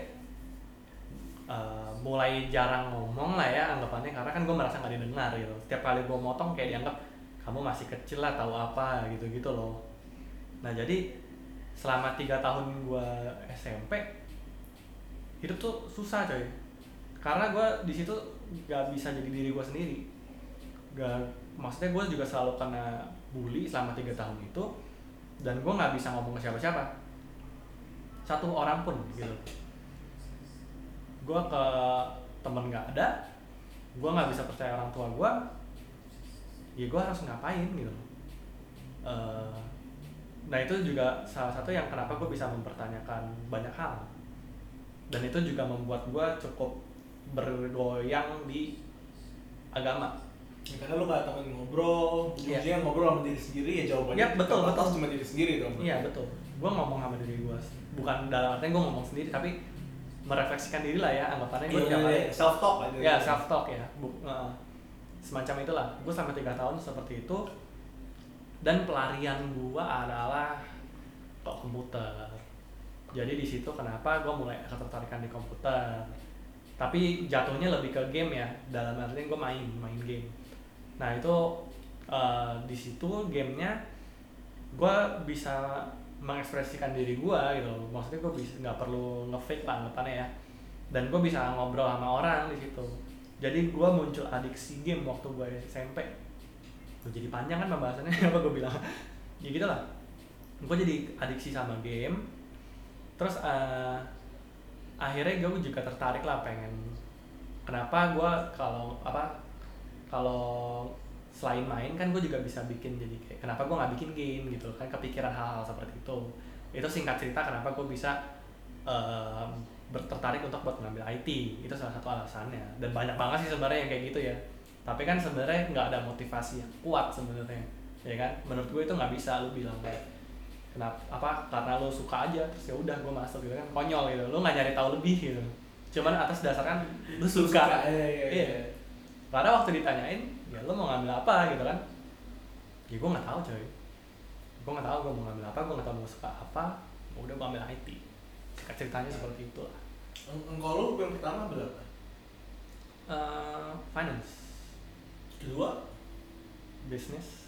mulai jarang ngomong lah ya anggapannya, karena kan gue merasa gak didengar gitu. Setiap kali gue motong kayak dianggap kamu masih kecil lah, tahu apa gitu-gitu loh. Nah jadi selama 3 tahun gue SMP hidup tuh susah coy, karena gue di situ gak bisa jadi diri gue sendiri. Maksudnya gue juga selalu kena bully selama 3 tahun itu, dan gue nggak bisa ngomong ke siapa-siapa, satu orang pun gitu. Gue ke temen nggak ada, gue nggak bisa percaya orang tua gue, ya gue harus ngapain gitu. Nah itu juga salah satu yang kenapa gue bisa mempertanyakan banyak hal, dan itu juga membuat gue cukup bergoyang di agama. Ya, karena lu gak temen ngobrol, ujungnya ngobrol sama diri sendiri ya jawabannya. Ya betul. Cuma diri sendiri dong. Iya betul. Gue ngomong sama diri gue, bukan dalam artinya gue ngomong sendiri, tapi merefleksikan diri lah ya, anggapannya gue tiap hari. Self talk aja. Ya self talk ya, semacam itulah. Gue sampai 3 tahun seperti itu, dan pelarian gue adalah ke komputer. Jadi di situ kenapa gue mulai ketertarikan di komputer. Tapi jatuhnya lebih ke game ya, dalam artinya gue main game. Nah itu di situ gamenya gue bisa mengekspresikan diri gue gitu. Maksudnya gue bisa nggak perlu nge-fake lah anggapannya ya, dan gue bisa ngobrol sama orang di situ. Jadi gue muncul adiksi game waktu gue SMP. Gue jadi panjang kan pembahasannya apa gue bilang ya gitu lah. Gue jadi adiksi sama game. Terus akhirnya gue juga tertarik lah, pengen kenapa gue kalau selain main kan gue juga bisa bikin, jadi kayak kenapa gue nggak bikin game gitu kan, kepikiran hal-hal seperti itu. Itu singkat cerita kenapa gue bisa tertarik untuk buat ngambil IT, itu salah satu alasannya. Dan banyak banget sih sebenarnya yang kayak gitu ya, tapi kan sebenarnya nggak ada motivasi yang kuat sebenarnya, ya kan. Menurut gue itu nggak bisa lu bilang kayak kenapa karena lu suka aja terus ya udah gue masuk gitu kan, konyol gitu. Lu nggak nyari tahu lebih gitu, cuman atas dasarkan lu suka. Iya. Karena waktu ditanyain ya lu mau ngambil apa gitu kan, ya gue nggak tahu coy, gue nggak tahu gue mau ngambil apa, gue nggak tahu mau suka apa, udah gue ambil IT. Singkat ceritanya seperti itulah. Kalau lu yang pertama berapa? Finance. Kedua? Business.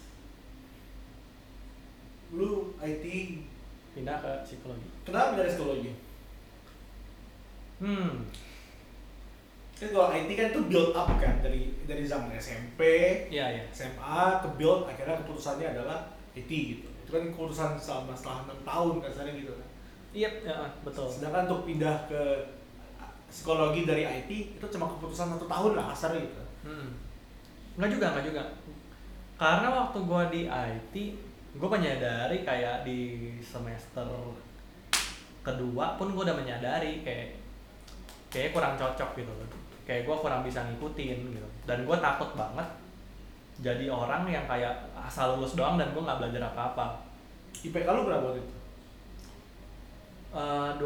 Lu IT. Pindah ke psikologi. Kenapa dari psikologi? Kan kalau IT kan tuh build up kan dari zaman SMP, Iya. SMA ke build, akhirnya keputusannya adalah IT gitu. Itu kan keputusan setelah 6 tahun kasarnya gitu kan. Iya, betul. Sedangkan untuk pindah ke psikologi dari IT itu cuma keputusan 1 tahun lah kasarnya gitu. Nggak juga. Karena waktu gue di IT, gue menyadari kayak di semester kedua pun gue udah menyadari kayak kurang cocok gitu loh. Kayak gue kurang bisa ngikutin gitu, dan gue takut banget jadi orang yang kayak asal lulus doang dan gue nggak belajar apa-apa. IPK lu berapa waktu itu? 2,4.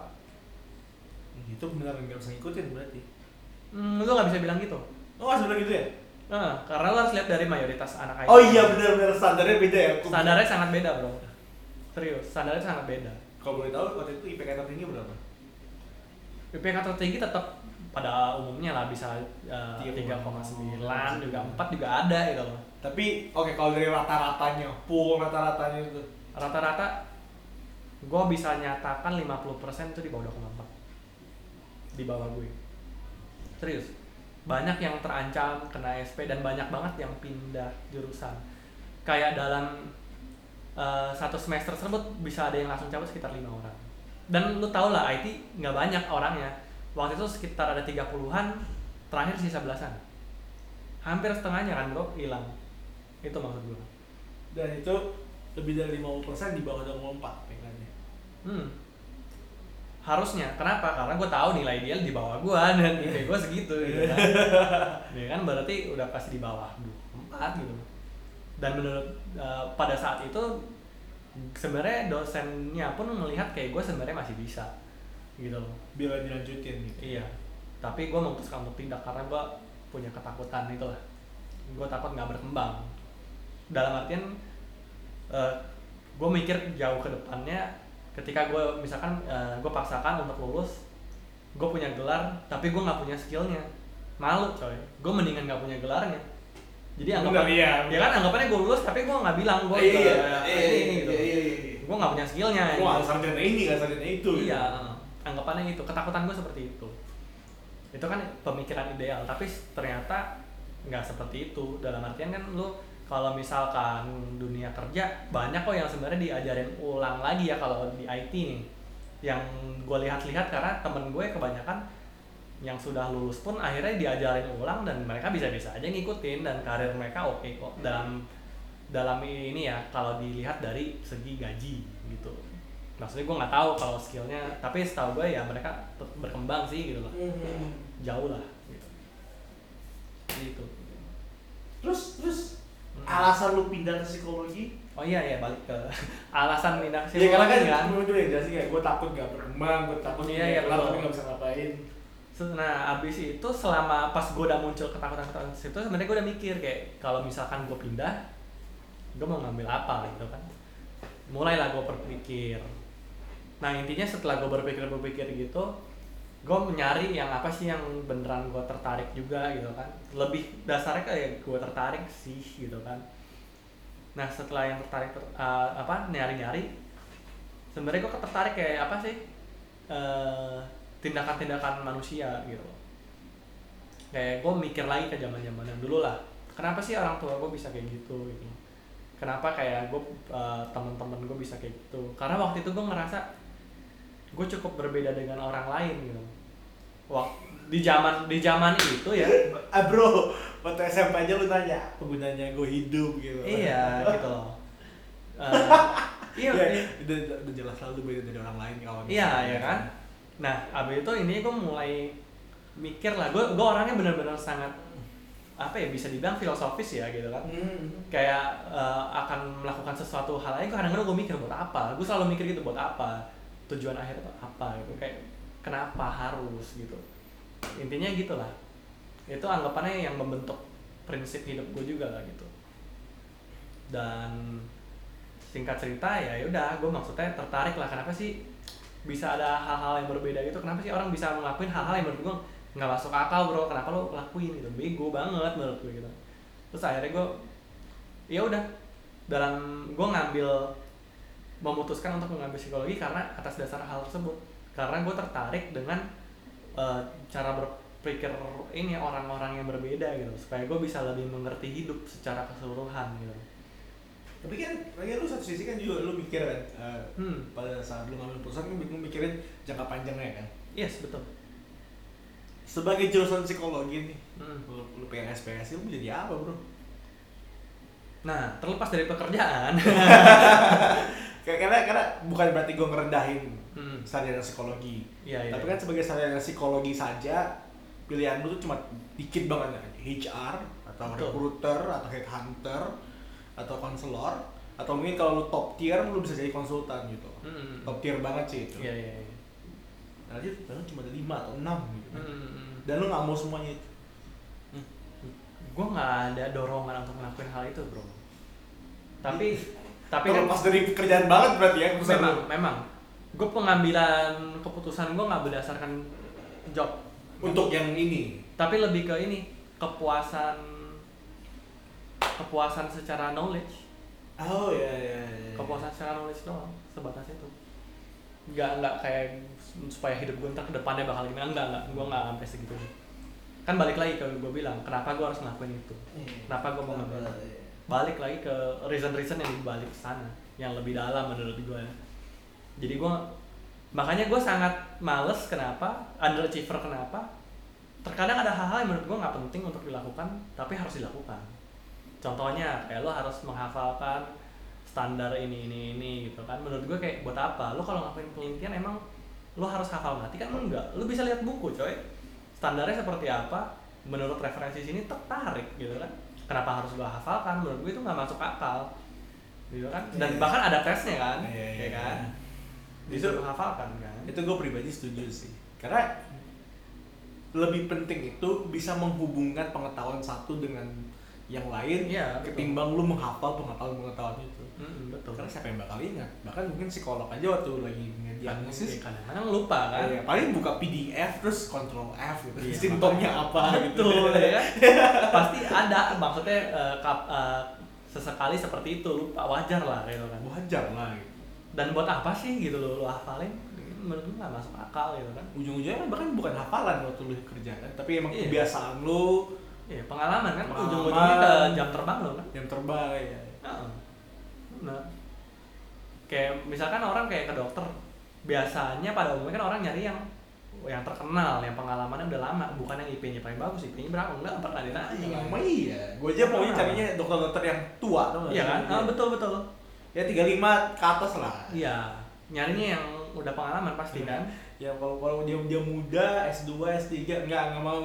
Itu beneran nggak bisa ngikutin berarti? Lu nggak bisa bilang gitu. Oh nggak sebenernya gitu ya? Karena lu harus lihat dari mayoritas anak IT. Oh iya bener standarnya beda ya? Standarnya sangat beda bro, serius, standarnya sangat beda. Kalau boleh tahu waktu itu IPK tertinggi berapa? IPK tertinggi tetap pada umumnya lah, bisa 3,9 juga 4 juga ada gitu loh. Tapi oke, kalau dari rata-ratanya, pool rata-ratanya itu rata-rata gue bisa nyatakan 50% itu di bawah 2,4, di bawah gue, serius. Banyak yang terancam kena SP dan banyak banget yang pindah jurusan. Kayak dalam 1 semester tersebut bisa ada yang langsung cabut sekitar 5 orang. Dan lu tau lah IT nggak banyak orangnya. Waktu itu sekitar ada 30-an, terakhir sisa belasan. Hampir setengahnya kan bro, hilang. Itu maksud gue. Dan itu lebih dari 50% di bawah 24 pengennya. Harusnya, kenapa? Karena gue tahu nilai dia di bawah gue dan IP gue segitu gitu kan. Ya kan berarti udah pasti di bawah 24 gitu. Dan menurut pada saat itu sebenarnya dosennya pun melihat kayak gue sebenarnya masih bisa gitu loh. Bila dilanjutin gitu. Iya, tapi gue memutuskan untuk tidak karena gue punya ketakutan itu lah. Gue takut nggak berkembang. Dalam artian gue mikir jauh ke depannya. Ketika gue misalkan gue paksakan untuk lulus, gue punya gelar tapi gue nggak punya skillnya, malu coy. Gue mendingan nggak punya gelarnya. Jadi anggapan, ya kan anggapannya gue lulus tapi gue nggak bilang gue ini gitu. Gue nggak punya skillnya. Gue nggak sarjana ini, nggak sarjana itu. Iya, anggapannya itu, ketakutan gue seperti itu. Itu kan pemikiran ideal, tapi ternyata nggak seperti itu. Dalam artian kan lu kalau misalkan dunia kerja banyak kok yang sebenarnya diajarin ulang lagi ya kalau di IT nih. Yang gue lihat-lihat karena temen gue kebanyakan yang sudah lulus pun akhirnya diajarin ulang dan mereka bisa-bisa aja ngikutin dan karir mereka oke kok dalam ini ya kalau dilihat dari segi gaji gitu. Maksudnya gue nggak tahu kalau skillnya, tapi setahu gue ya mereka berkembang sih gitu loh, jauh lah gitu. Gitu. Terus alasan lu pindah ke psikologi? Oh iya balik ke alasan pindah ke Ya karena psikologi kan kan. itu yang jelasin kayak gue takut gak berkembang, gue takut Iya, kelar betul. tapi gak bisa ngapain. Nah abis itu selama pas gue udah muncul ketakutan situ sebenarnya gue udah mikir kayak kalau misalkan gue pindah, gue mau ngambil apa gitu kan. Mulailah gue berpikir. Nah intinya setelah gue berpikir gitu, gue mencari yang apa sih yang beneran gue tertarik juga gitu kan. Lebih dasarnya kayak gue tertarik sih gitu kan. Nah setelah yang tertarik nyari-nyari, sebenarnya gue tertarik kayak apa sih tindakan-tindakan manusia gitu. Kayak gue mikir lagi ke zaman-zaman yang dulu lah. Kenapa sih orang tua gue bisa kayak gitu gitu. Kenapa kayak gue teman-teman gue bisa kayak gitu. Karena waktu itu gue ngerasa gue cukup berbeda dengan orang lain gitu. Di zaman itu ya. Bro, waktu SMP aja lu nanya gunanya gue hidup gitu. Iya gitu loh. Iya, udah jelas selalu beda dari orang lain kawan. Iya ya kan. Nah abis itu ini gue mulai mikir lah. Gue orangnya benar-benar sangat apa ya, bisa dibilang filosofis ya gitu kan. Kayak akan melakukan sesuatu hal lain. Kadang-kadang gue mikir buat apa. Gue selalu mikir gitu buat apa. Tujuan akhir itu apa gitu. Kayak kenapa harus gitu. Intinya gitulah. Itu anggapannya yang membentuk prinsip hidup gue juga lah gitu. Dan singkat cerita ya udah, gue maksudnya tertarik lah kenapa sih bisa ada hal-hal yang berbeda gitu. Kenapa sih orang bisa ngelakuin hal-hal yang menurut gue nggak masuk akal bro, kenapa lo lakuin gitu, bego banget menurut gue gitu. Terus akhirnya gue ya udah, gue memutuskan untuk mengambil psikologi karena atas dasar hal tersebut. Karena gue tertarik dengan cara berpikir ini orang-orang yang berbeda gitu, supaya gue bisa lebih mengerti hidup secara keseluruhan gitu. Tapi kan lagi lu satu sisi kan juga lu mikir kan pada saat lu ngambil keputusan kan lu mikirin jangka panjangnya kan. Yes, betul. Sebagai jurusan psikologi nih, lu pengen SPSI lu jadi apa bro? Nah, terlepas dari pekerjaan. karena bukan berarti gue ngerendahin sarjana psikologi. Iya. Tapi kan sebagai sarjana psikologi saja pilihan lu tuh cuma dikit banget kan. HR atau recruiter atau headhunter atau konselor, atau mungkin kalau lu top tier lu bisa jadi konsultan gitu. Top tier banget sih itu. Iya. Nah, itu cuma ada 5 atau 6 gitu. Dan lu nggak mau semuanya itu. Gue nggak ada dorongan untuk melakukan hal itu bro. Tapi terlepas dari pekerjaan banget berarti ya. Memang gue pengambilan keputusan gue nggak berdasarkan job untuk yang ini, tapi lebih ke ini, kepuasan secara knowledge. Oh ya. Kepuasan secara knowledge doang, sebatas itu. Nggak kayak supaya hidup gue ntar kedepannya bakal gimana, enggak, gue nggak sampai segitu. Kan balik lagi ke gue bilang kenapa gue harus ngelakuin itu, kenapa gue mau ngambil, balik lagi ke reason yang dibalik sana yang lebih dalam menurut gue. Jadi makanya gue sangat males. Kenapa? Underachiever kenapa? Terkadang ada hal-hal yang menurut gue nggak penting untuk dilakukan tapi harus dilakukan. Contohnya kayak lo harus menghafalkan standar ini gitu kan. Menurut gue kayak buat apa? Lo kalau ngapain penelitian emang lo harus hafal mati kan? Enggak. Lo bisa lihat buku coy, standarnya seperti apa, menurut referensi sini tertarik gitu kan. Kenapa harus lo hafalkan? Menurut gue itu nggak masuk akal. gitu kan. Dan bahkan ada tesnya kan, Iya. kayak kan. Disuruh hafalkan kan. Itu gue pribadi setuju sih. Karena lebih penting itu bisa menghubungkan pengetahuan satu dengan yang lain, ketimbang lu menghafal pengetahuan itu. Betul. Karena siapa yang bakal ingat? Bahkan mungkin psikolog aja waktu lagi ngediagnosis kadang-kadang lupa kan. Paling buka PDF terus Ctrl F gitu. Iya, simptomnya apa gitu. Betul ya kan. Pasti ada maksudnya sesekali seperti itu, lupa, wajar lah gitu kan. Wajar lah gitu. Dan buat apa sih gitu lo hafalin? Menurut gue nggak masuk akal gitu kan. Ujung-ujungnya bahkan bukan hafalan waktu lu kerjaan, tapi emang kebiasaan lu. Iya, pengalaman kan. Ujung-ujungnya ke jam terbang lo kan. Jam terbang ya. Nah, kayak misalkan orang kayak ke dokter, biasanya pada umumnya kan orang nyari yang terkenal, yang pengalamannya udah lama, bukan yang IP-nya paling bagus. IP-nya berapa? Enggak pernah ditanya. Iya. Gue aja maunya carinya dokter-dokter yang tua tuh. Iya kan? Betul. Ya 35 ke atas lah. Iya, nyarinya yang udah pengalaman pasti kan. Ya kalau dia muda, S2, S3 enggak mau.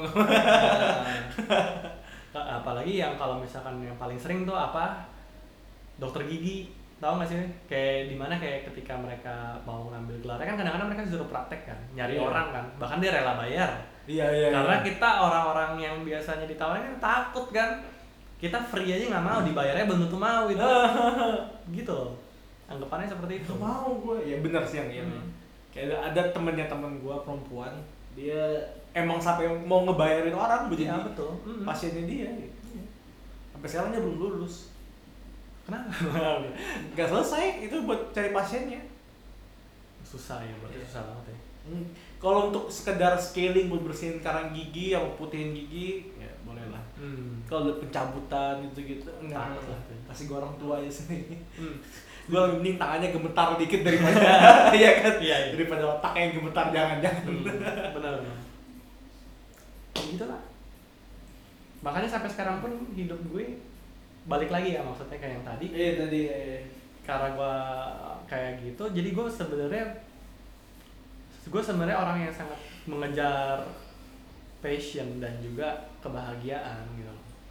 Apalagi yang kalau misalkan yang paling sering tuh dokter gigi, tahu nggak sih? Kayak dimana kayak ketika mereka mau ngambil gelarnya kan kadang-kadang mereka disuruh praktek kan, nyari orang kan, bahkan dia rela bayar. Iya. Karena kita orang-orang yang biasanya ditawarin kan takut kan, kita free aja nggak mau, dibayarnya belum tentu mau itu. Gitu loh, anggapannya seperti itu. Nggak mau gue, ya benar sih yang ini. Kayak ada temen gue perempuan, dia emang sampai mau ngebayarin orang buat jadi pasiennya dia. Gitu. Sampai sekarang dia belum lulus. Kenapa? Gak selesai, itu buat cari pasiennya. Susah ya, berarti susah banget ya. Kalau untuk sekedar scaling buat bersihin karang gigi atau putihin gigi, ya boleh lah. Kalau pencabutan gitu-gitu, enggak lah. Pasti gue orang tua aja sini. Gue lebih mending tangannya gemetar dikit daripada iya kan? Iya. Daripada otaknya yang gemetar, jangan. Benar. Gitu lah. Makanya sampai sekarang pun hidup gue balik lagi ya, maksudnya kayak yang tadi. Iya tadi. Karena gue kayak gitu, jadi gue sebenarnya orang yang sangat mengejar passion dan juga kebahagiaan gitu.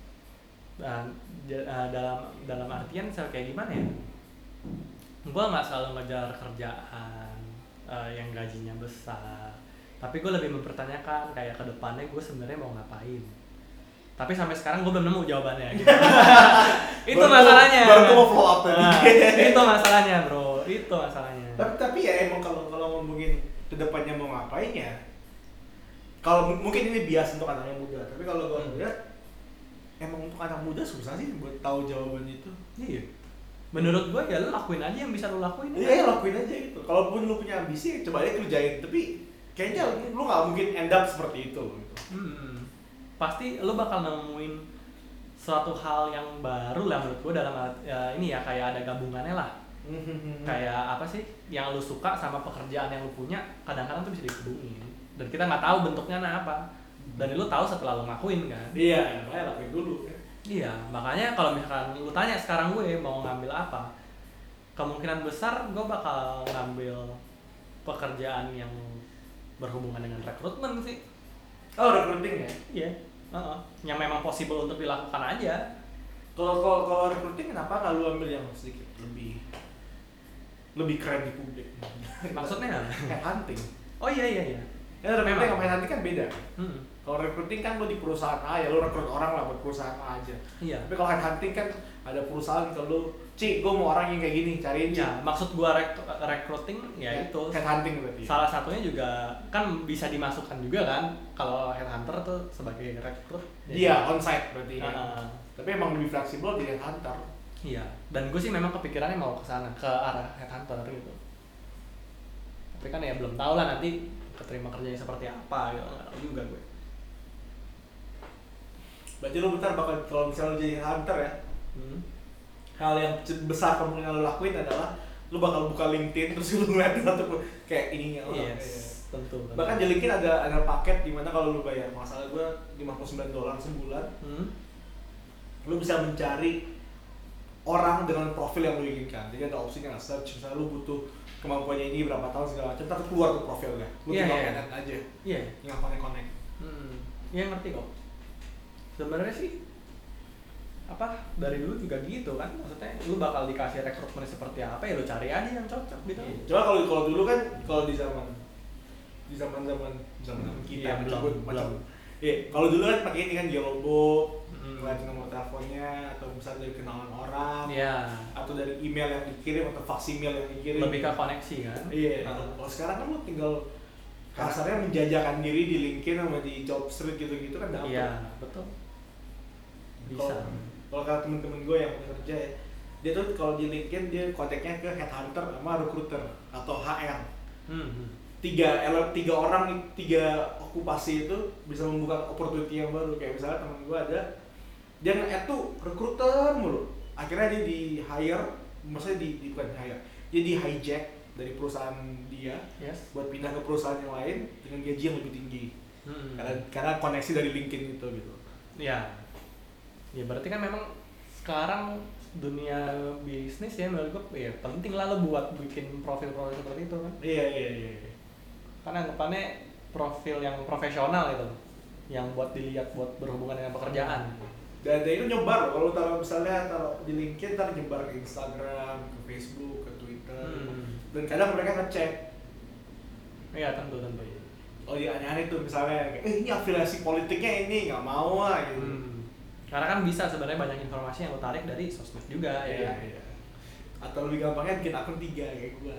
Dan dalam artian kayak gimana ya? Gue nggak selalu ngejar kerjaan yang gajinya besar, tapi gue lebih mempertanyakan kayak kedepannya gue sebenarnya mau ngapain. Tapi sampai sekarang gue belum nemu jawabannya gitu. Itu masalahnya. Baru gue mau follow up tadi. Itu masalahnya bro, itu masalahnya. Tapi ya emang kalau ngomongin kedepannya mau ngapain ya, kalau mungkin ini bias untuk anak yang muda, tapi kalau gue lihat emang untuk anak muda susah sih buat tahu jawaban itu. Iya. Menurut gue ya lo lakuin aja yang bisa lo lakuin. Iya lakuin aja gitu. Kalaupun lo punya ambisi, coba aja kerjain. Tapi kayaknya lo nggak mungkin end up seperti itu. Gitu. Pasti lo bakal nemuin suatu hal yang baru lah menurut gue dalam ini ya, kayak ada gabungannya lah. Kayak apa sih yang lo suka sama pekerjaan yang lo punya, kadang-kadang tuh bisa digabungin. Dan kita nggak tahu bentuknya apa. Dan lo tahu setelah lo ngakuin kan. Iya, makanya lakuin dulu. Iya, makanya kalau misalkan lu tanya sekarang gue mau ngambil apa, kemungkinan besar gue bakal ngambil pekerjaan yang berhubungan dengan rekrutmen sih. Oh, recruiting ya? Iya, yang memang possible untuk dilakukan aja. Kalau recruiting kenapa nggak lu ambil yang sedikit lebih keren di publik? Maksudnya? Headhunting. Oh iya. Ya recruiting sama headhunting kan beda. Kalau recruiting kan lo di perusahaan A ya lo rekrut orang lah buat perusahaan A aja. Iya. Tapi kalau headhunting kan ada perusahaan kalau gue mau orang yang kayak gini, cariin. Ya, maksud gua recruiting ya itu. Headhunting berarti. Salah satunya juga kan bisa dimasukkan juga kan kalau headhunter tuh sebagai rekrut. Iya, onsite berarti. Tapi emang lebih fleksibel di headhunter. Iya. Dan gue sih memang kepikirannya mau ke sana, ke arah headhunter gitu. Tapi kan ya belum tahu lah nanti keterima kerjanya seperti apa gitu, nggak tahu juga gue. Berarti lo bentar bakal kalau misalnya lo jadi hunter ya, hal yang besar kemungkinan lo lakuin adalah lo bakal buka LinkedIn terus lo ngeliatin satu kayak ininya orang. Yes, tentu. Bahkan di LinkedIn ada paket di mana kalau lo bayar, masalah gue $59 sebulan, lo bisa mencari orang dengan profil yang lo inginkan. Jadi ada opsinya search, misalnya lo butuh kemampuannya ini berapa tahun segala macam, ntar keluar tuh profilnya. Lo tinggal edit aja. Iya. Tinggal connect. Iya ngerti kok. Sebenarnya sih dari dulu juga gitu kan, maksudnya lu bakal dikasih rekrutmen seperti apa ya lu cari aja yang cocok gitu. Coba kalau dulu kan, kalau di zaman kita Iya, belum. Kalau dulu kan pakai ini kan Yellow Book, ngeliatin nomor teleponnya atau misalnya dari kenalan orang, atau dari email yang dikirim atau faksimil yang dikirim. Lebih ke koneksi kan. Iya. Kalau sekarang kan lu tinggal kasarnya menjajakan diri di LinkedIn sama di Jobstreet gitu-gitu kan dapet. Iya, betul. Bisa. Kalau temen-temen gue yang udah kerja ya, dia tuh kalau di LinkedIn dia kontaknya ke headhunter sama recruiter atau HR. Tiga orang, tiga okupasi itu bisa membuka opportunity yang baru. Kayak misalnya temen gue ada, dia nge-add tuh recruiter mulu. Akhirnya dia di hire, maksudnya bukan di hire, dia di hijack dari perusahaan dia, buat pindah ke perusahaan yang lain dengan gaji yang lebih tinggi. Karena koneksi dari LinkedIn itu gitu. Ya berarti kan memang sekarang dunia bisnis ya menurut gue ya penting lah lo buat bikin profil-profil seperti itu kan. Iya. Karena anggapannya profil yang profesional itu, yang buat dilihat buat berhubungan dengan pekerjaan. Dan itu nyebar loh, kalau misalnya di LinkedIn ntar nyebar ke Instagram, ke Facebook, ke Twitter. Dan kadang mereka ngecek. Iya tentu. Oh iya, aneh-aneh tuh misalnya ini afiliasi politiknya ini nggak mau lah gitu. Karena kan bisa sebenarnya banyak informasi yang lo tarik dari sosmed juga ya. Iya. Atau lebih gampangnya bikin akun 3 kayak gue.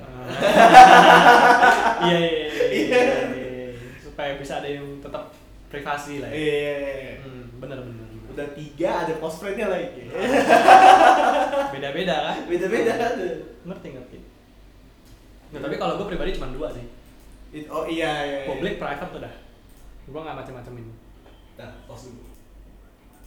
Iya. Supaya bisa ada yang tetap privasi lah ya. Iya. Bener. Udah 3 ada cosplaynya lagi. Beda-beda kan? Beda-beda ada. Ngerti. Nah, tapi kalau gue pribadi cuma 2 sih. Oh iya. Public, private udah. Gue nggak macam-macamin. Nah, pause dulu.